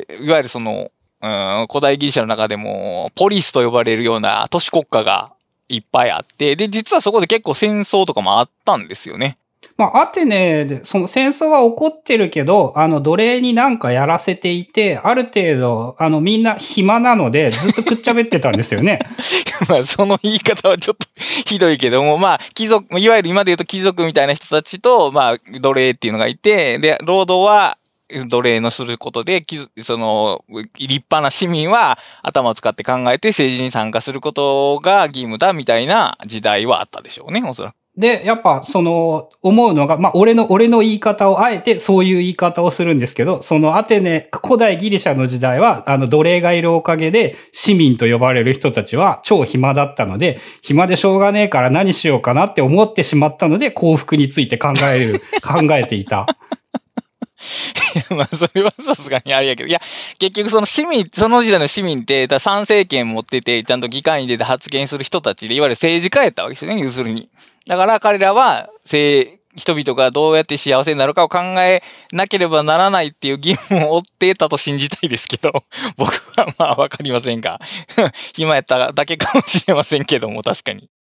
いわゆるその、うん、古代ギリシャの中でも、ポリスと呼ばれるような都市国家がいっぱいあって、で、実はそこで結構戦争とかもあったんですよね。 まあ、アテネで、その戦争は起こってるけど、あの、奴隷になんかやらせていて、ある程度、あの、みんな暇なので、ずっとくっちゃべってたんですよね。 まあ、その言い方はちょっとひどいけども、まあ、貴族、いわゆる今で言うと貴族みたいな人たちと、まあ、奴隷っていうのがいて、で、労働は、奴隷のすることで、その、立派な市民は頭を使って考えて政治に参加することが義務だみたいな時代はあったでしょうね、おそらく。 で、やっぱ、その、思うのが、まあ、俺の、俺の言い方をあえてそういう言い方をするんですけど、そのアテネ、古代ギリシャの時代は、あの、奴隷がいるおかげで、市民と呼ばれる人たちは超暇だったので、暇でしょうがねえから何しようかなって思ってしまったので、幸福について考える、考えていた。 まあ、それはさすがにあれやけど、いや、結局その市民、その時代の市民って、参政権持ってて、ちゃんと議会に出て発言する人たちで、いわゆる政治家やったわけですよね、要するに。だから彼らは、人々がどうやって幸せになるかを考えなければならないっていう義務を負ってたと信じたいですけど、僕はまあわかりませんが、暇やっただけかもしれませんけども、確かに。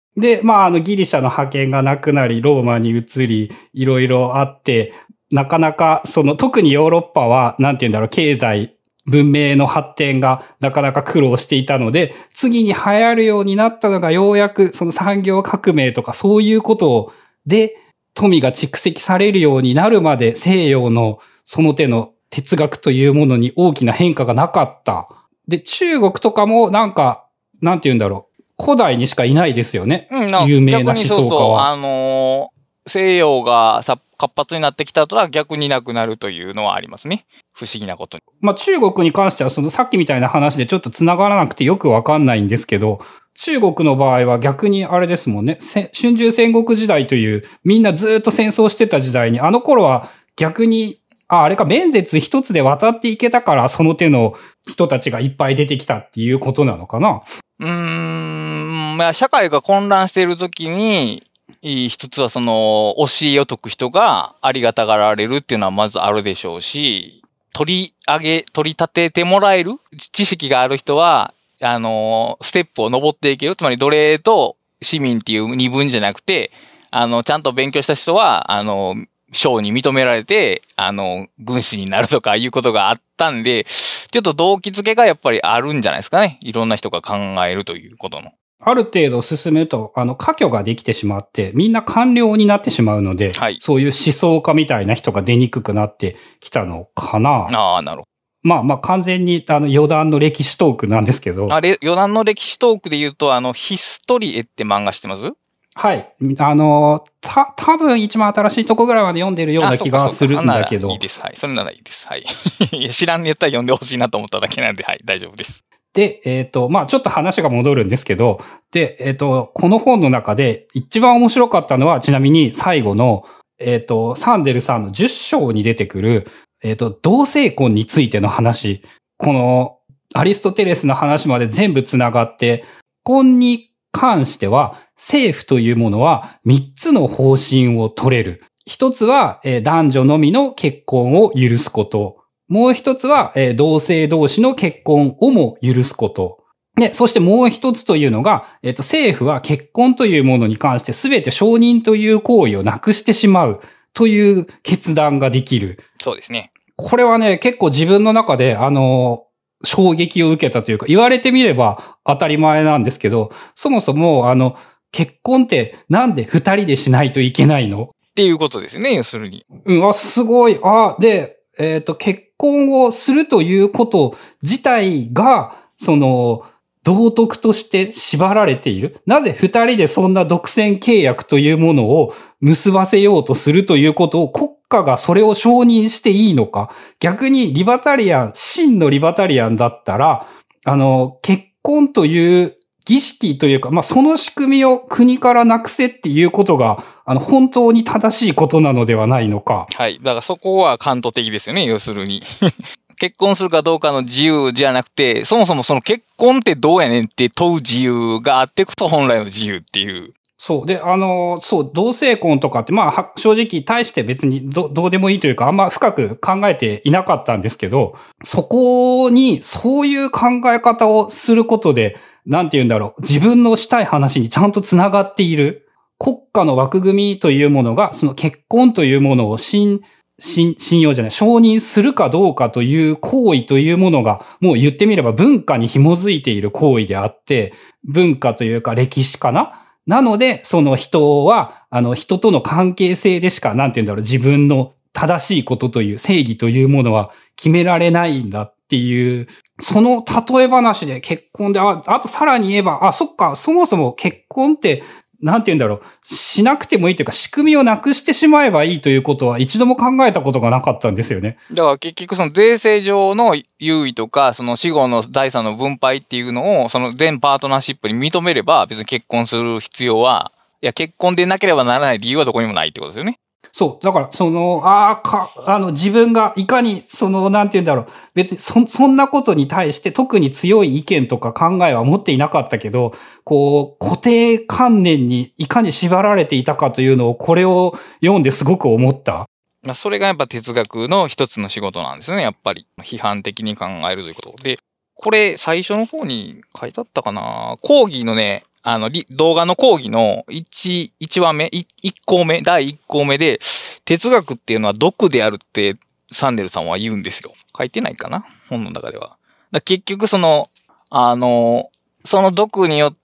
で、まあ、あの、ギリシャの覇権がなくなり、ローマに移り、いろいろあって、なかなか、その、特にヨーロッパは、なんて言うんだろう、経済、文明の発展がなかなか苦労していたので、次に流行るようになったのが、ようやく、その産業革命とか、そういうことで、富が蓄積されるようになるまで、西洋のその手の哲学というものに大きな変化がなかった。で、中国とかも、なんか、なんて言うんだろう。古代にしかいないですよね。うん、有名な思想家は。逆にそうそう、 あのー、西洋がさ活発になってきたとは逆になくなるというのはありますね。不思議なことに。 まあ中国に関してはそのさっきみたいな話でちょっと繋がらなくてよくわかんないんですけど、中国の場合は逆にあれですもんね。春秋戦国時代というみんなずっと戦争してた時代に、あの頃は逆に、あ、あれか、面接一つで渡っていけたからその手の人たちがいっぱい出てきたっていうことなのかな。 うーん、まあ、社会が混乱しているときに、一つはその、教えを説く人がありがたがられるっていうのはまずあるでしょうし、取り上げ、取り立ててもらえる知識がある人は、あの、ステップを登っていける。つまり奴隷と市民っていう二分じゃなくて、あの、ちゃんと勉強した人は、あの、賞に認められて、あの、軍師になるとかいうことがあったんで、ちょっと動機づけがやっぱりあるんじゃないですかね。いろんな人が考えるということの。 ある程度進めると、あの、科挙ができてしまって、みんな官僚になってしまうので、はい、そういう思想家みたいな人が出にくくなってきたのかな。 ああ、なるほど。 まあまあ完全にあの余談の歴史トークなんですけど。 あれ、余談の歴史トークで言うと、あの、ヒストリエって漫画知ってます？ はい。あの、た、多分一番新しいとこぐらいまで読んでるような気がするんだけど。 いいです。はい。それならいいです。はい。いや知らんやったら読んでほしいなと思っただけなんで、はい。大丈夫です。 で、えっと、まあちょっと話が戻るんですけど、で、えっと、この本の中で一番面白かったのは、ちなみに最後の、えっと、サンデルさんのじゅっ章に出てくる、えっと、同性婚についての話。この、アリストテレスの話まで全部つながって、婚に関しては、政府というものはみっつの方針を取れる。一つは、えー、男女のみの結婚を許すこと。もう一つは、えー、同性同士の結婚をも許すこと。で、そしてもう一つというのが、えっと、政府は結婚というものに関して全て承認という行為をなくしてしまうという決断ができる。 そうですね。 これはね、結構自分の中で、あの、衝撃を受けたというか、言われてみれば当たり前なんですけど、そもそも、あの、結婚ってなんで二人でしないといけないのっていうことですね、要するに。 うん、あ、すごい。あ、で、えっと、結婚をするということ自体が、その、道徳として縛られている。なぜ二人でそんな独占契約というものを結ばせようとするということを国家がそれを承認していいのか。逆にリバタリアン、真のリバタリアンだったら、あの、結婚という儀式というか、まあ、その仕組みを国からなくせっていうことが、あの、本当に正しいことなのではないのか。 はい。だからそこは関東的ですよね、要するに。結婚するかどうかの自由じゃなくて、そもそもその結婚ってどうやねんって問う自由があってこそ本来の自由っていう。 そう。で、あの、そう、同性婚とかって、まあ、正直、大して別にどどうでもいいというか、あんま深く考えていなかったんですけど、そこに、そういう考え方をすることで、なんて言うんだろう、自分のしたい話にちゃんとつながっている。国家の枠組みというものが、その結婚というものを信、信、信用じゃない、承認するかどうかという行為というものが、もう言ってみれば文化に紐づいている行為であって、文化というか歴史かななので、その人は、あの、人との関係性でしか、なんて言うんだろう、自分の正しいことという、正義というものは決められないんだっていう、その例え話で結婚で、あ、あとさらに言えば、あ、そっか、そもそも結婚って、なんて言うんだろう、しなくてもいいというか、仕組みをなくしてしまえばいいということは一度も考えたことがなかったんですよね。 だから結局その税制上の優位とか、その死後の財産の分配っていうのを、その全パートナーシップに認めれば、別に結婚する必要は、いや、結婚でなければならない理由はどこにもないってことですよね。 そう。だから、その、ああ、か、あの、自分がいかに、その、なんて言うんだろう。別に、そ、そんなことに対して特に強い意見とか考えは持っていなかったけど、こう、固定観念にいかに縛られていたかというのを、これを読んですごく思った。 まあ、それがやっぱ哲学の一つの仕事なんですね、やっぱり。批判的に考えるということで。これ、最初の方に書いてあったかな講義のね、 あの、動画の講義の1、一話目、いっ項目、だいいっ項目で、哲学っていうのは毒であるってサンデルさんは言うんですよ。書いてないかな本の中では。だ結局その、あの、その毒によって、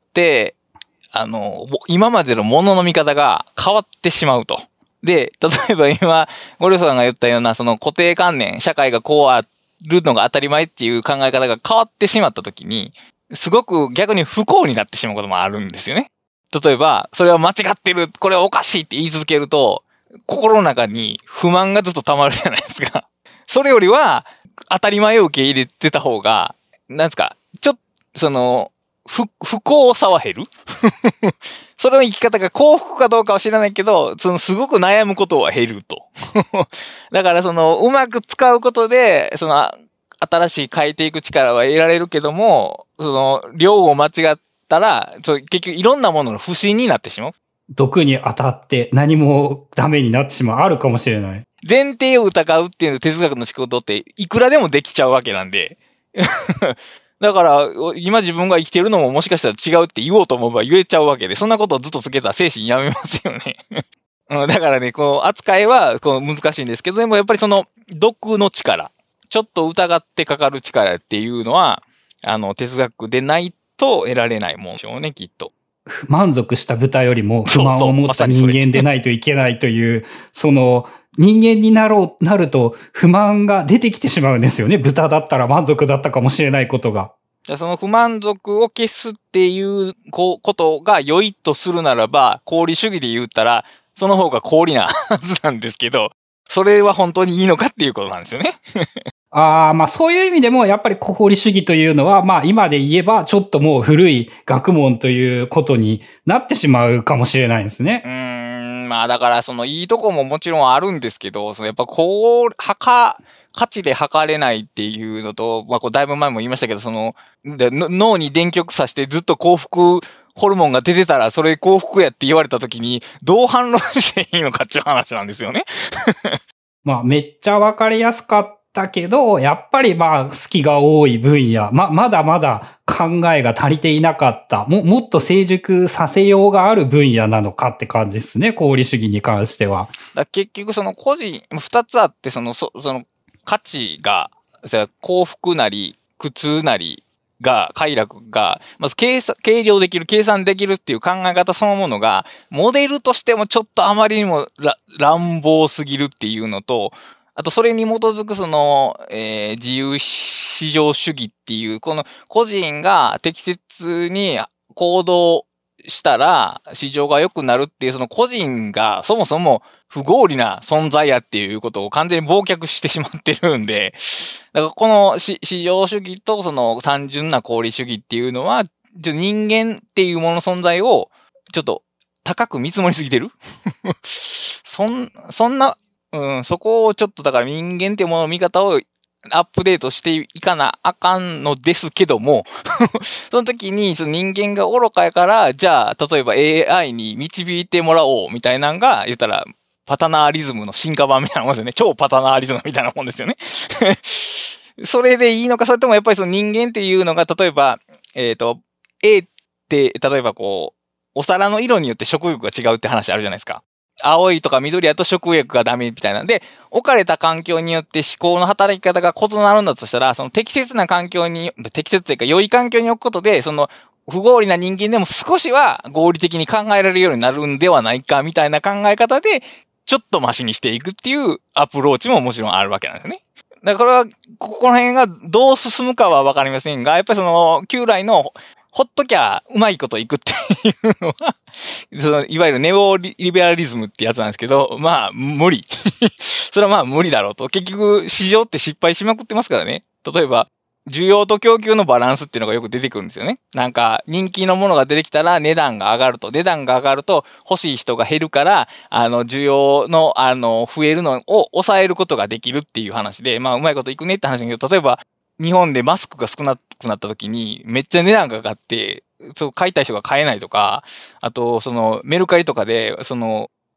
あの、今までのものの見方が変わってしまうと。で、例えば今、ゴリョさんが言ったような、その固定観念、社会がこうあるのが当たり前っていう考え方が変わってしまったときに、すごく逆に不幸になってしまうこともあるんですよね。例えば、それは間違ってる、これはおかしいって言い続けると、心の中に不満がずっと溜まるじゃないですか。それよりは、当たり前を受け入れてた方が、なんですか、ちょっと、その、不、不幸さは減るそれの生き方が幸福かどうかは知らないけど、そのすごく悩むことは減ると。だからその、うまく使うことで、その、新しい変えていく力は得られるけども、その、量を間違ったら、結局いろんなものの不信になってしまう。 毒に当たって何もダメになってしまう。あるかもしれない。 前提を疑うっていう哲学の仕事っていくらでもできちゃうわけなんで。だから、今自分が生きてるのももしかしたら違うって言おうと思えば言えちゃうわけで、そんなことをずっとつけたら精神やめますよね。うん、だからね、こう、扱いはこう難しいんですけど、でもやっぱりその、毒の力、ちょっと疑ってかかる力っていうのは、あの、哲学でないと得られないもんでしょうね、きっと。 満足した豚よりも不満を持った人間でないといけないという、その、人間になろう、なると不満が出てきてしまうんですよね。豚だったら満足だったかもしれないことが。 じゃあその不満足を消すっていうことが良いとするならば、功利主義で言ったら、その方が功利なはずなんですけど、それは本当にいいのかっていうことなんですよね。 ああ、まあそういう意味でも、やっぱり功利主義というのは、まあ今で言えば、ちょっともう古い学問ということになってしまうかもしれないですね。 うーん、まあだからそのいいとこももちろんあるんですけど、そのやっぱこう、はか、価値で測れないっていうのと、まあこうだいぶ前も言いましたけど、その、で脳に電極さしてずっと幸福ホルモンが出てたら、それ幸福やって言われた時に、どう反論していいのかっていう話なんですよね。 まあめっちゃわかりやすかったけど、やっぱりまあ隙が多い分野、ま、まだまだ考えが足りていなかった、も、もっと成熟させようがある分野なのかって感じですね、功利主義に関しては。 だ結局その個人、二つあって、その、そその価値が、幸福なり、苦痛なりが、快楽が、まず計算、計量できる、計算できるっていう考え方そのものが、モデルとしてもちょっとあまりにも乱暴すぎるっていうのと、あとそれに基づくその、えー、自由市場主義っていう、この個人が適切に行動したら市場が良くなるっていう、その個人がそもそも不合理な存在やっていうことを完全に忘却してしまってるんで、だからこの市場主義とその単純な功利主義っていうのは、人間っていうものの存在をちょっと高く見積もりすぎてるそん、そんな、うん、そこをちょっとだから人間っていうものの見方をアップデートしていかなあかんのですけどもその時にその人間が愚かやから、じゃあ例えば エーアイ に導いてもらおうみたいなのが言ったらパタナーリズムの進化版みたいなもんですよね。超パタナーリズムみたいなもんですよねそれでいいのか、それともやっぱりその人間っていうのが例えば、えっと、A って例えばこう、お皿の色によって食欲が違うって話あるじゃないですか。青いとか緑やと食欲がダメみたいなんで、置かれた環境によって思考の働き方が異なるんだとしたら、その適切な環境に、適切というか良い環境に置くことで、その不合理な人間でも少しは合理的に考えられるようになるんではないかみたいな考え方で、ちょっとマシにしていくっていうアプローチももちろんあるわけなんですね。だから、ここら辺がどう進むかはわかりませんが、やっぱりその、旧来のほっときゃうまいこといくっていうのは、そのいわゆるネオリベラリズムってやつなんですけど、まあ、無理。それはまあ無理だろうと。結局、市場って失敗しまくってますからね。例えば、需要と供給のバランスっていうのがよく出てくるんですよね。なんか、人気のものが出てきたら値段が上がると。値段が上がると欲しい人が減るから、あの、需要の、あの、増えるのを抑えることができるっていう話で、まあ、うまいこといくねって話だけど、例えば、日本でマスクが少なくなった時に、めっちゃ値段が上がって、そう、買いたい人が買えないとか、あと、その、メルカリとかで、その、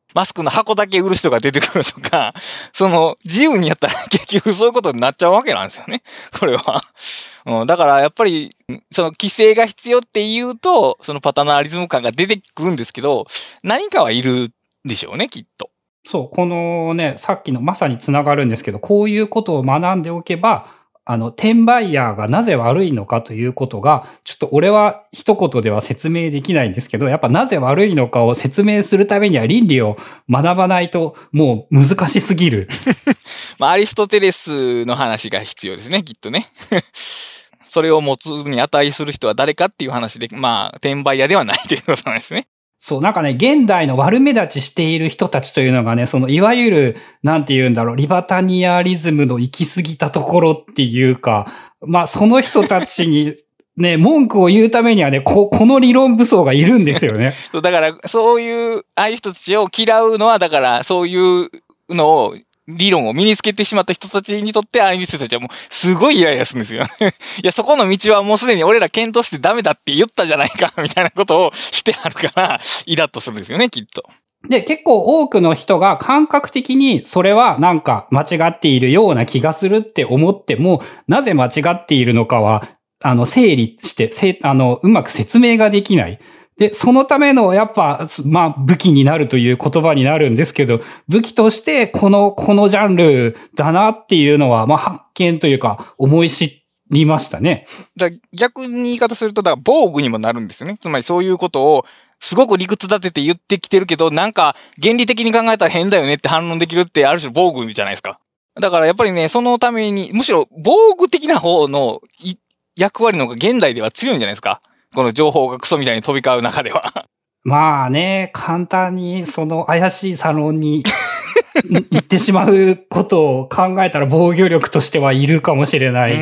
マスクの箱だけ売る人が出てくるとか、その、自由にやったら結局そういうことになっちゃうわけなんですよね。これは。うん、だからやっぱり、その規制が必要って言うと、そのパタナリズム感が出てくるんですけど、何かはいるでしょうね、きっと。 そう、このね、さっきのまさにつながるんですけど、こういうことを学んでおけば、あの、転売ヤーがなぜ悪いのかということが、ちょっと俺は一言では説明できないんですけど、やっぱなぜ悪いのかを説明するためには倫理を学ばないともう難しすぎる。 まあ、アリストテレスの話が必要ですね、きっとね。それを持つに値する人は誰かっていう話で、まあ、転売屋ではないということなんですね。 そう、なんかね、現代の悪目立ちしている人たちというのがね、その、いわゆる、なんて言うんだろう、リバタニアリズムの行き過ぎたところっていうか、まあ、その人たちに、ね、文句を言うためにはね、こ、この理論武装がいるんですよね。 そうだから、そういう、ああいう人たちを嫌うのは、だから、そういうのを、理論を身につけてしまった人たちにとって、ああいう人たちはもう、すごいイライラするんですよ。いや、そこの道はもうすでに俺ら検討してダメだって言ったじゃないか、みたいなことをしてあるから、イラッとするんですよね、きっと。 で、結構多くの人が感覚的にそれはなんか間違っているような気がするって思っても、なぜ間違っているのかは、あの、整理して、せあの、うまく説明ができない。で、そのための、やっぱ、まあ、武器になるという言葉になるんですけど、武器として、この、このジャンルだなっていうのは、まあ、発見というか、思い知りましたね。 だ逆に言い方すると、だから防具にもなるんですよね。つまりそういうことを、すごく理屈立てて言ってきてるけど、なんか、原理的に考えたら変だよねって反論できるって、ある種防具じゃないですか。だからやっぱりね、そのために、むしろ防具的な方の役割の方が現代では強いんじゃないですか。この情報がクソみたいに飛び交う中では。 まあね、簡単にその怪しいサロンに行ってしまうことを考えたら防御力としてはいるかもしれない。 うん。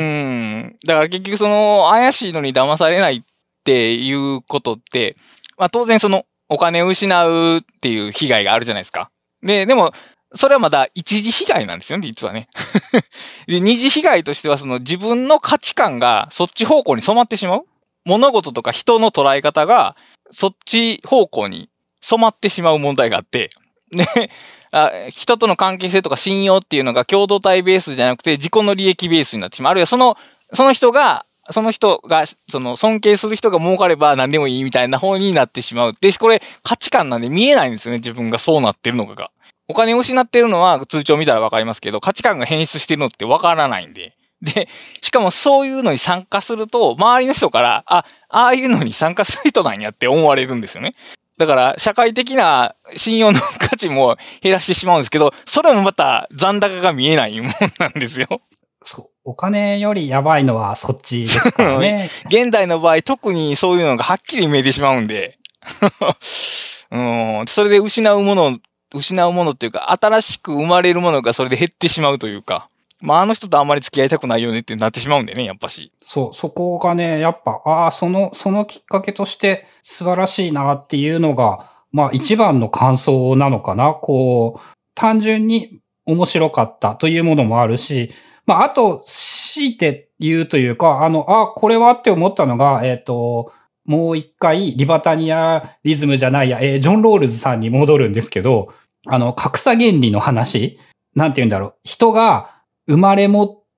だから結局その怪しいのに騙されないっていうことって、まあ当然そのお金を失うっていう被害があるじゃないですか。で、でも、それはまだ一時被害なんですよね、実はね。で、二次被害としてはその自分の価値観がそっち方向に染まってしまう。物事とか人の捉え方がそっち方向に染まってしまう問題があって、ね、あ人との関係性とか信用っていうのが共同体ベースじゃなくて自己の利益ベースになってしまう。あるいはその、その人が、その人が、その尊敬する人が儲かれば何でもいいみたいな方になってしまう。で、これ価値観なんで見えないんですよね、自分がそうなってるのかが。お金を失ってるのは通帳見たらわかりますけど、価値観が変質してるのってわからないんで。で、しかもそういうのに参加すると、周りの人から、あ、ああいうのに参加する人なんやって思われるんですよね。だから、社会的な信用の価値も減らしてしまうんですけど、それもまた残高が見えないもんなんですよ。 そう。お金よりやばいのはそっちですからね。 現代の場合、特にそういうのがはっきり見えてしまうんで。うん、それで失うもの、失うものっていうか、新しく生まれるものがそれで減ってしまうというか。まあ、あの人とあんまり付き合いたくないよねってなってしまうんでね、やっぱし。 そう、そこがね、やっぱ、ああ、その、そのきっかけとして素晴らしいなっていうのが、まあ一番の感想なのかな。こう、単純に面白かったというものもあるし、まああと、強いて言うというか、あの、あこれはって思ったのが、えっと、もう一回、リバタニアリズムじゃないや、えー、ジョン・ロールズさんに戻るんですけど、あの、格差原理の話、なんて言うんだろう。人が、生まれ持った、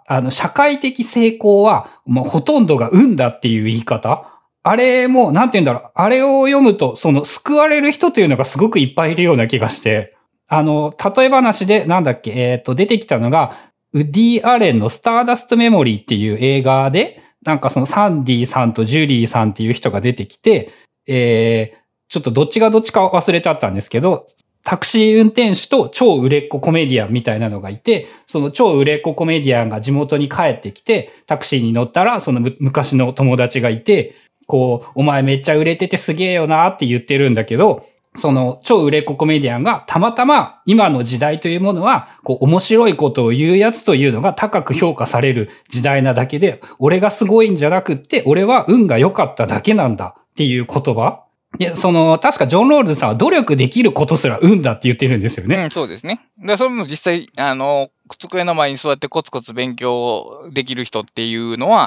あの、社会的成功は、もうほとんどが運だっていう言い方。あれも、なんて言うんだろう。あれを読むと、その、救われる人というのがすごくいっぱいいるような気がして。あの、例え話で、なんだっけ、えっと、出てきたのが、ウッディ・アレンのスターダスト・メモリーっていう映画で、なんかそのサンディさんとジュリーさんっていう人が出てきて、えー、ちょっとどっちがどっちか忘れちゃったんですけど、タクシー運転手と超売れっ子コメディアンみたいなのがいて、その超売れっ子コメディアンが地元に帰ってきて、タクシーに乗ったら、その昔の友達がいて、こう、お前めっちゃ売れててすげえよなって言ってるんだけど、その超売れっ子コメディアンがたまたま今の時代というものは、こう面白いことを言うやつというのが高く評価される時代なだけで、俺がすごいんじゃなくって、俺は運が良かっただけなんだっていう言葉。で、その、確かジョン・ロールズさんは努力できることすら運だって言ってるんですよね。 うん、そうですね。で、それも実際、あの、机の前に座ってコツコツ勉強できる人っていうのは、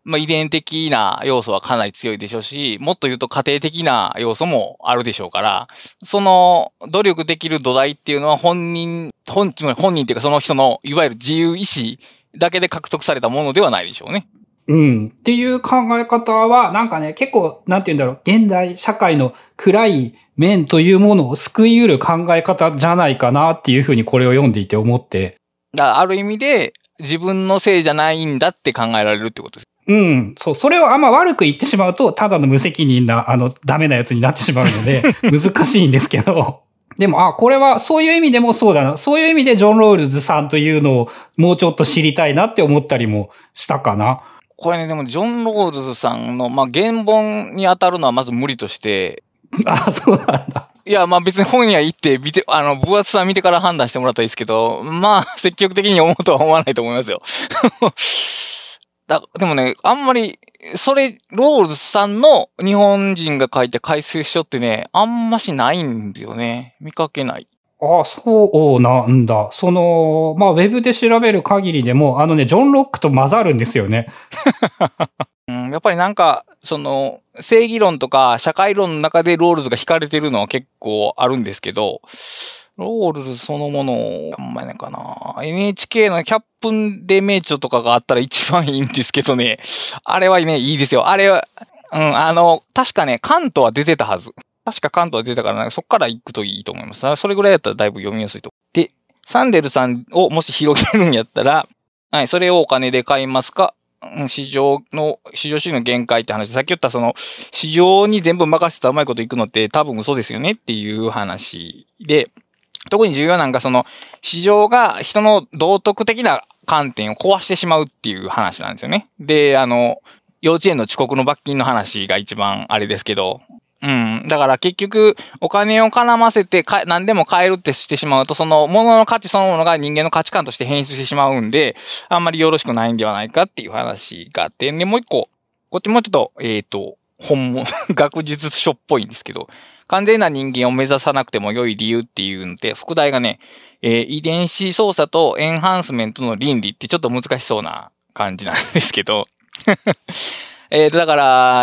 まあ、遺伝的な要素はかなり強いでしょうし、もっと言うと家庭的な要素もあるでしょうから、その努力できる土台っていうのは本人、本、つまり本人っていうかその人のいわゆる自由意志だけで獲得されたものではないでしょうね。 うん。っていう考え方は、なんかね、結構、なんて言うんだろう、現代社会の暗い面というものを救い得る考え方じゃないかなっていうふうにこれを読んでいて思って。 だからある意味で自分のせいじゃないんだって考えられるってことです。 うん。そう。それをあんま悪く言ってしまうと、ただの無責任な、あの、ダメなやつになってしまうので、難しいんですけど。でも、あ、これはそういう意味でもそうだな。そういう意味でジョン・ロールズさんというのをもうちょっと知りたいなって思ったりもしたかな。 これね、でも、ジョン・ロールズさんの、まあ、原本に当たるのはまず無理として。 あ、そうなんだ。 いや、まあ別に本屋行って、見て、あの、分厚さ見てから判断してもらったらいいですけど、まあ、積極的に思うとは思わないと思いますよ。だでもね、あんまり、それ、ロールズさんの日本人が書いて解説書ってね、あんましないんだよね。見かけない。 ああ、そうなんだ。その、まあ、ウェブで調べる限りでも、あのね、ジョン・ロックと混ざるんですよね。 うん、やっぱりなんか、その、正義論とか社会論の中でロールズが惹かれてるのは結構あるんですけど、ロールズそのもの、あんまりないかな。エヌエイチケー のキャップンで名著とかがあったら一番いいんですけどね。あれはね、いいですよ。あれは、うん、あの、確かね、カントは出てたはず。確か関東で出たから、そこから行くといいと思います。それぐらいだったらだいぶ読みやすいと。で、サンデルさんをもし広げるんやったら、はい、それをお金で買いますか、うん、市場の、市場主義の限界って話。さっき言ったその、市場に全部任せたらうまいこといくのって多分嘘ですよねっていう話で、特に重要なのがその、市場が人の道徳的な観点を壊してしまうっていう話なんですよね。で、あの、幼稚園の遅刻の罰金の話が一番あれですけど、うん。だから結局、お金を絡ませてか、何でも買えるってしてしまうと、その物の価値そのものが人間の価値観として変質してしまうんで、あんまりよろしくないんではないかっていう話があって、で、もう一個、こっちもうちょっと、えっと、本物、学術書っぽいんですけど、完全な人間を目指さなくても良い理由っていうので、副題がね、えー、遺伝子操作とエンハンスメントの倫理ってちょっと難しそうな感じなんですけど、えっと、だから、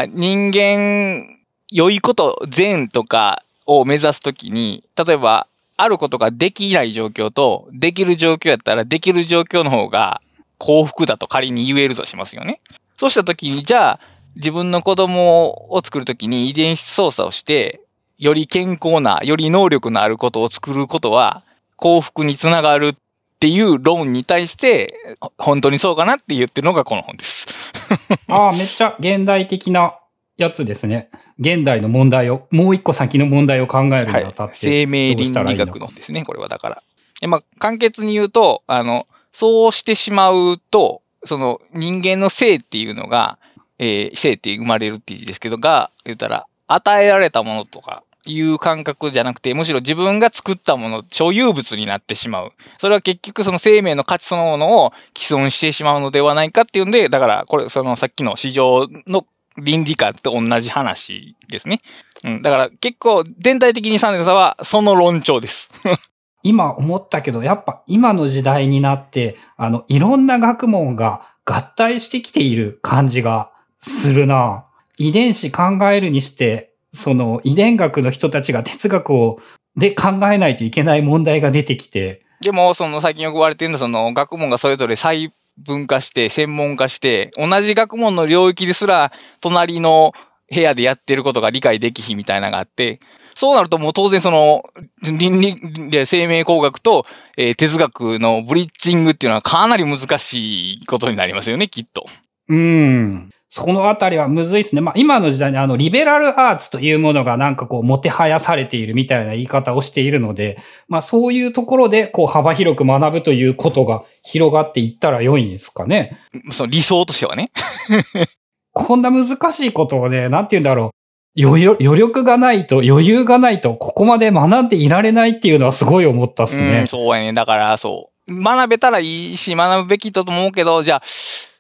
人間、良いこと、善とかを目指すときに、例えば、あることができない状況と、できる状況やったら、できる状況の方が幸福だと仮に言えるとしますよね。そうしたときに、じゃあ、自分の子供を作るときに遺伝子操作をして、より健康な、より能力のあることを作ることは、幸福につながるっていう論に対して、本当にそうかなって言ってるのがこの本です。 ああ、めっちゃ現代的なやつですね。現代の問題を、もう一個先の問題を考えるにあたって、はい、 生命倫理学のですね、これはだから。でまあ、簡潔に言うと、あの、そうしてしまうと、その人間の性っていうのが、えー、性って生まれるっていう字ですけど、が、言ったら、与えられたものとかいう感覚じゃなくて、むしろ自分が作ったもの、所有物になってしまう。それは結局その生命の価値そのものを既存してしまうのではないかっていうんで、だから、これ、そのさっきの市場の倫理観と同じ話ですね。うん。だから結構全体的にサンデルさんはその論調です。 今思ったけど、やっぱ今の時代になって、あの、いろんな学問が合体してきている感じがするな。遺伝子考えるにして、その遺伝学の人たちが哲学を、で考えないといけない問題が出てきて。 でも、その最近よく言われてるのは、その学問がそれぞれ細分化して、専門化して、同じ学問の領域ですら、隣の部屋でやってることが理解できひんみたいなのがあって、そうなるともう当然その、倫理で生命工学と、えー、哲学のブリッジングっていうのはかなり難しいことになりますよね、きっと。 うーん。そのあたりはむずいですね。まあ今の時代にあのリベラルアーツというものがなんかこうもてはやされているみたいな言い方をしているので、まあそういうところでこう幅広く学ぶということが広がっていったら良いんですかね。 その理想としてはね。 こんな難しいことをね、なんて言うんだろう。余裕、余力がないと、余裕がないと、ここまで学んでいられないっていうのはすごい思ったっすね。 うん、そうやね。だからそう。学べたらいいし、学ぶべきと思うけど、じゃあ、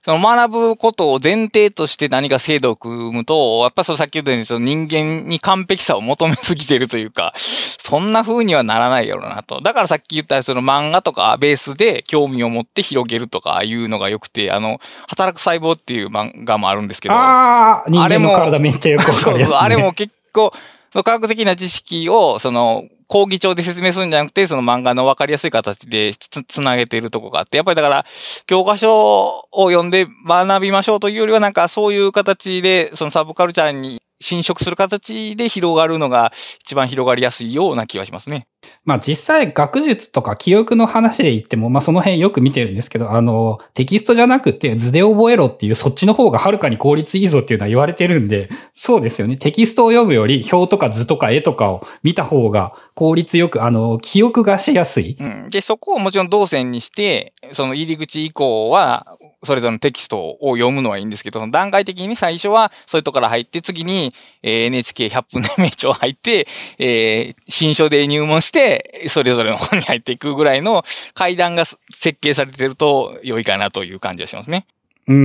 その学ぶことを前提として何か制度を組むと、やっぱそのさっき言ったようにその人間に完璧さを求めすぎてるというか、そんな風にはならないやろうなと。だからさっき言ったその漫画とかベースで興味を持って広げるとかいうのが良くて、あの、働く細胞っていう漫画もあるんですけど。 ああ、人間の体めっちゃよくわかるやつ、ね、そうそう、 あれも結構、その科学的な知識を、その、講義帳で説明するんじゃなくて、その漫画の分かりやすい形でつ、つなげているとこがあって、やっぱりだから、教科書を読んで学びましょうというよりは、なんかそういう形で、そのサブカルチャーに侵食する形で広がるのが一番広がりやすいような気はしますね。 まあ実際学術とか記憶の話で言っても、まあその辺よく見てるんですけど、あの、テキストじゃなくて図で覚えろっていうそっちの方がはるかに効率いいぞっていうのは言われてるんで、そうですよね。テキストを読むより表とか図とか絵とかを見た方が効率よく、あの、記憶がしやすい。 うん。で、そこをもちろん動線にして、その入り口以降は、それぞれのテキストを読むのはいいんですけど、その段階的に最初はそういうところから入って、次に エヌエイチケーひゃっぷん年名帳入って、えー、新書で入門して、それぞれの本に入っていくぐらいの階段が設計されてると良いかなという感じがしますね。 うん。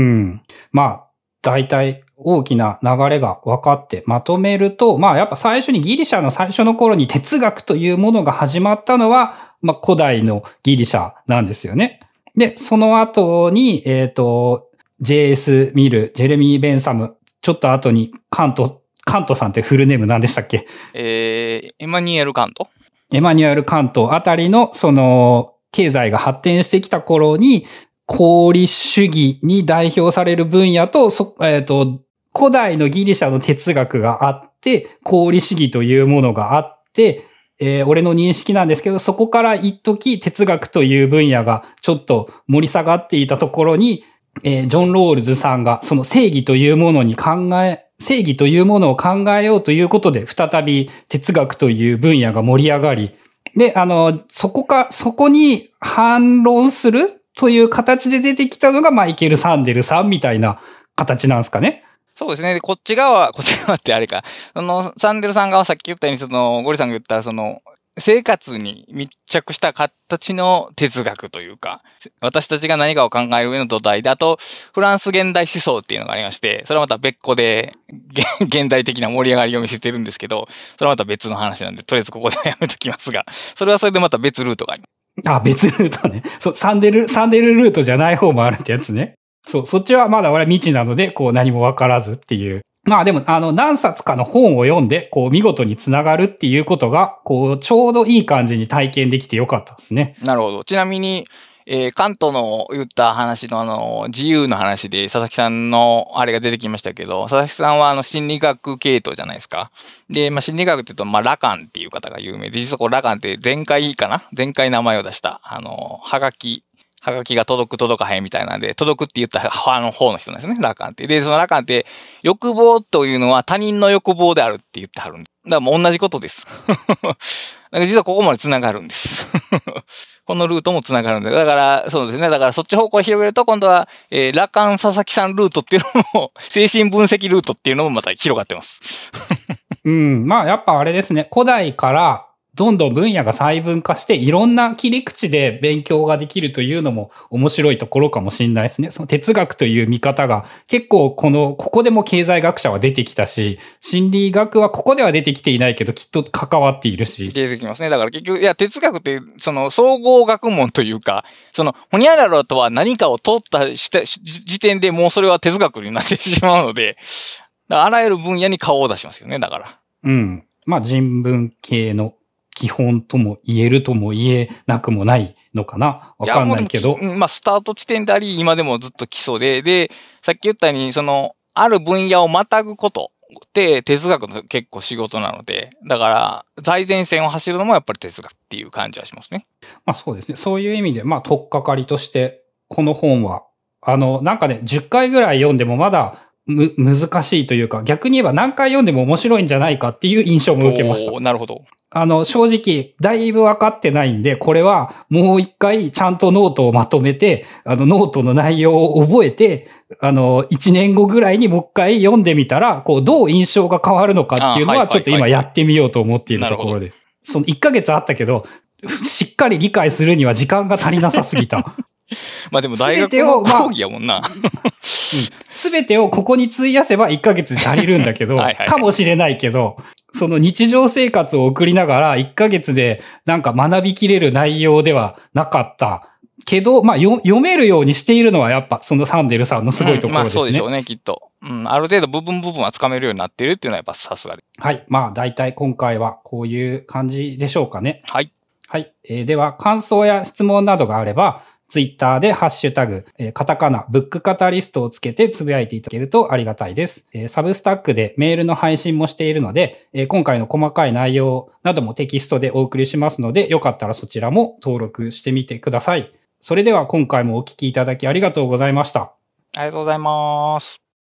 まあ、大体大きな流れが分かってまとめると、まあやっぱ最初にギリシャの最初の頃に哲学というものが始まったのは、まあ古代のギリシャなんですよね。で、その後に、えっと、ジェイエス ミル、ジェレミー・ベンサム、ちょっと後にカント、カントさんってフルネーム何でしたっけ？ えー、エマニュエル・カント？ エマニュエル・カントあたりの、その、経済が発展してきた頃に、功利主義に代表される分野と、そ、えっと、古代のギリシャの哲学があって、功利主義というものがあって、えー、俺の認識なんですけど、そこから一時哲学という分野がちょっと盛り下がっていたところに、えー、ジョン・ロールズさんがその正義というものに考え、正義というものを考えようということで、再び哲学という分野が盛り上がり、で、あの、そこか、そこに反論するという形で出てきたのがマイケル・サンデルさんみたいな形なんですかね。 そうですね。でこっち側、こっち側ってあれか。その、サンデルさん側はさっき言ったように、その、ゴリさんが言った、その、生活に密着した形の哲学というか、私たちが何かを考える上の土台で、あと、フランス現代思想っていうのがありまして、それはまた別個で、現代的な盛り上がりを見せてるんですけど、それはまた別の話なんで、とりあえずここではやめときますが、それはそれでまた別ルートがあります。 あ、別ルートね。そう、サンデル、サンデルルートじゃない方もあるってやつね。そう、そっちはまだ俺は未知なので、こう何もわからずっていう。まあでも、あの、何冊かの本を読んで、こう見事につながるっていうことが、こう、ちょうどいい感じに体験できてよかったですね。 なるほど。ちなみに、えー、カントの言った話のあの、自由の話で佐々木さんのあれが出てきましたけど、佐々木さんはあの、心理学系統じゃないですか。で、まあ、心理学って言うと、まあ、ラカンっていう方が有名で、実はこうラカンって前回かな前回名前を出した、あの、はがき、はがきが届く届かへんみたいなんで、届くって言った派の方の人なんですね、ラカンって。で、そのラカンって、欲望というのは他人の欲望であるって言ってはるんで。だからもう同じことです。だから実はここまで繋がるんです。このルートも繋がるんで。だから、そうですね。だからそっち方向を広げると、今度は、えー、ラカン佐々木さんルートっていうのも、精神分析ルートっていうのもまた広がってます。 うん。まあ、やっぱあれですね。古代から、どんどん分野が細分化して、いろんな切り口で勉強ができるというのも面白いところかもしれないですね。その哲学という見方が結構この、ここでも経済学者は出てきたし、心理学はここでは出てきていないけど、きっと関わっているし。 出てきますね。だから結局、いや、哲学って、その、総合学問というか、その、ホニャララとは何かを取ったした時点でもうそれは哲学になってしまうので、あらゆる分野に顔を出しますよね、だから。 うん。まあ、人文系の基本とも言えるとも言えなくもないのかな。わかんないけど。 まあ、スタート地点であり、今でもずっと基礎で、で、さっき言ったように、その、ある分野をまたぐことって哲学の結構仕事なので、だから、最前線を走るのもやっぱり哲学っていう感じはしますね。 まあそうですね。そういう意味で、まあ、取っかかりとして、この本は、あの、なんかね、じゅっかいぐらい読んでもまだ、む、難しいというか、逆に言えば何回読んでも面白いんじゃないかっていう印象も受けました。 なるほど。 あの、正直、だいぶ分かってないんで、これはもう一回ちゃんとノートをまとめて、あの、ノートの内容を覚えて、あの、一年後ぐらいにもう一回読んでみたら、こう、どう印象が変わるのかっていうのは、ちょっと今やってみようと思っているところです。そのいっかげつあったけど、しっかり理解するには時間が足りなさすぎた。 まあでも大学の講義やもんな。 すべてをここに費やせばいっかげつで足りるんだけど、はいはいはい、かもしれないけど、その日常生活を送りながらいっかげつでなんか学びきれる内容ではなかったけど、まあ読めるようにしているのはやっぱそのサンデルさんのすごいところですね。 うん、まあそうでしょうね、きっと。うん、ある程度部分部分はつかめるようになっているっていうのはやっぱさすがです。 はい。まあ大体今回はこういう感じでしょうかね。 はい。 はい。えー、では感想や質問などがあれば、ツイッターでハッシュタグ、えー、カタカナ、ブックカタリストをつけてつぶやいていただけるとありがたいです。えー、サブスタックでメールの配信もしているので、えー、今回の細かい内容などもテキストでお送りしますので、よかったらそちらも登録してみてください。それでは今回もお聞きいただきありがとうございました。 ありがとうございます。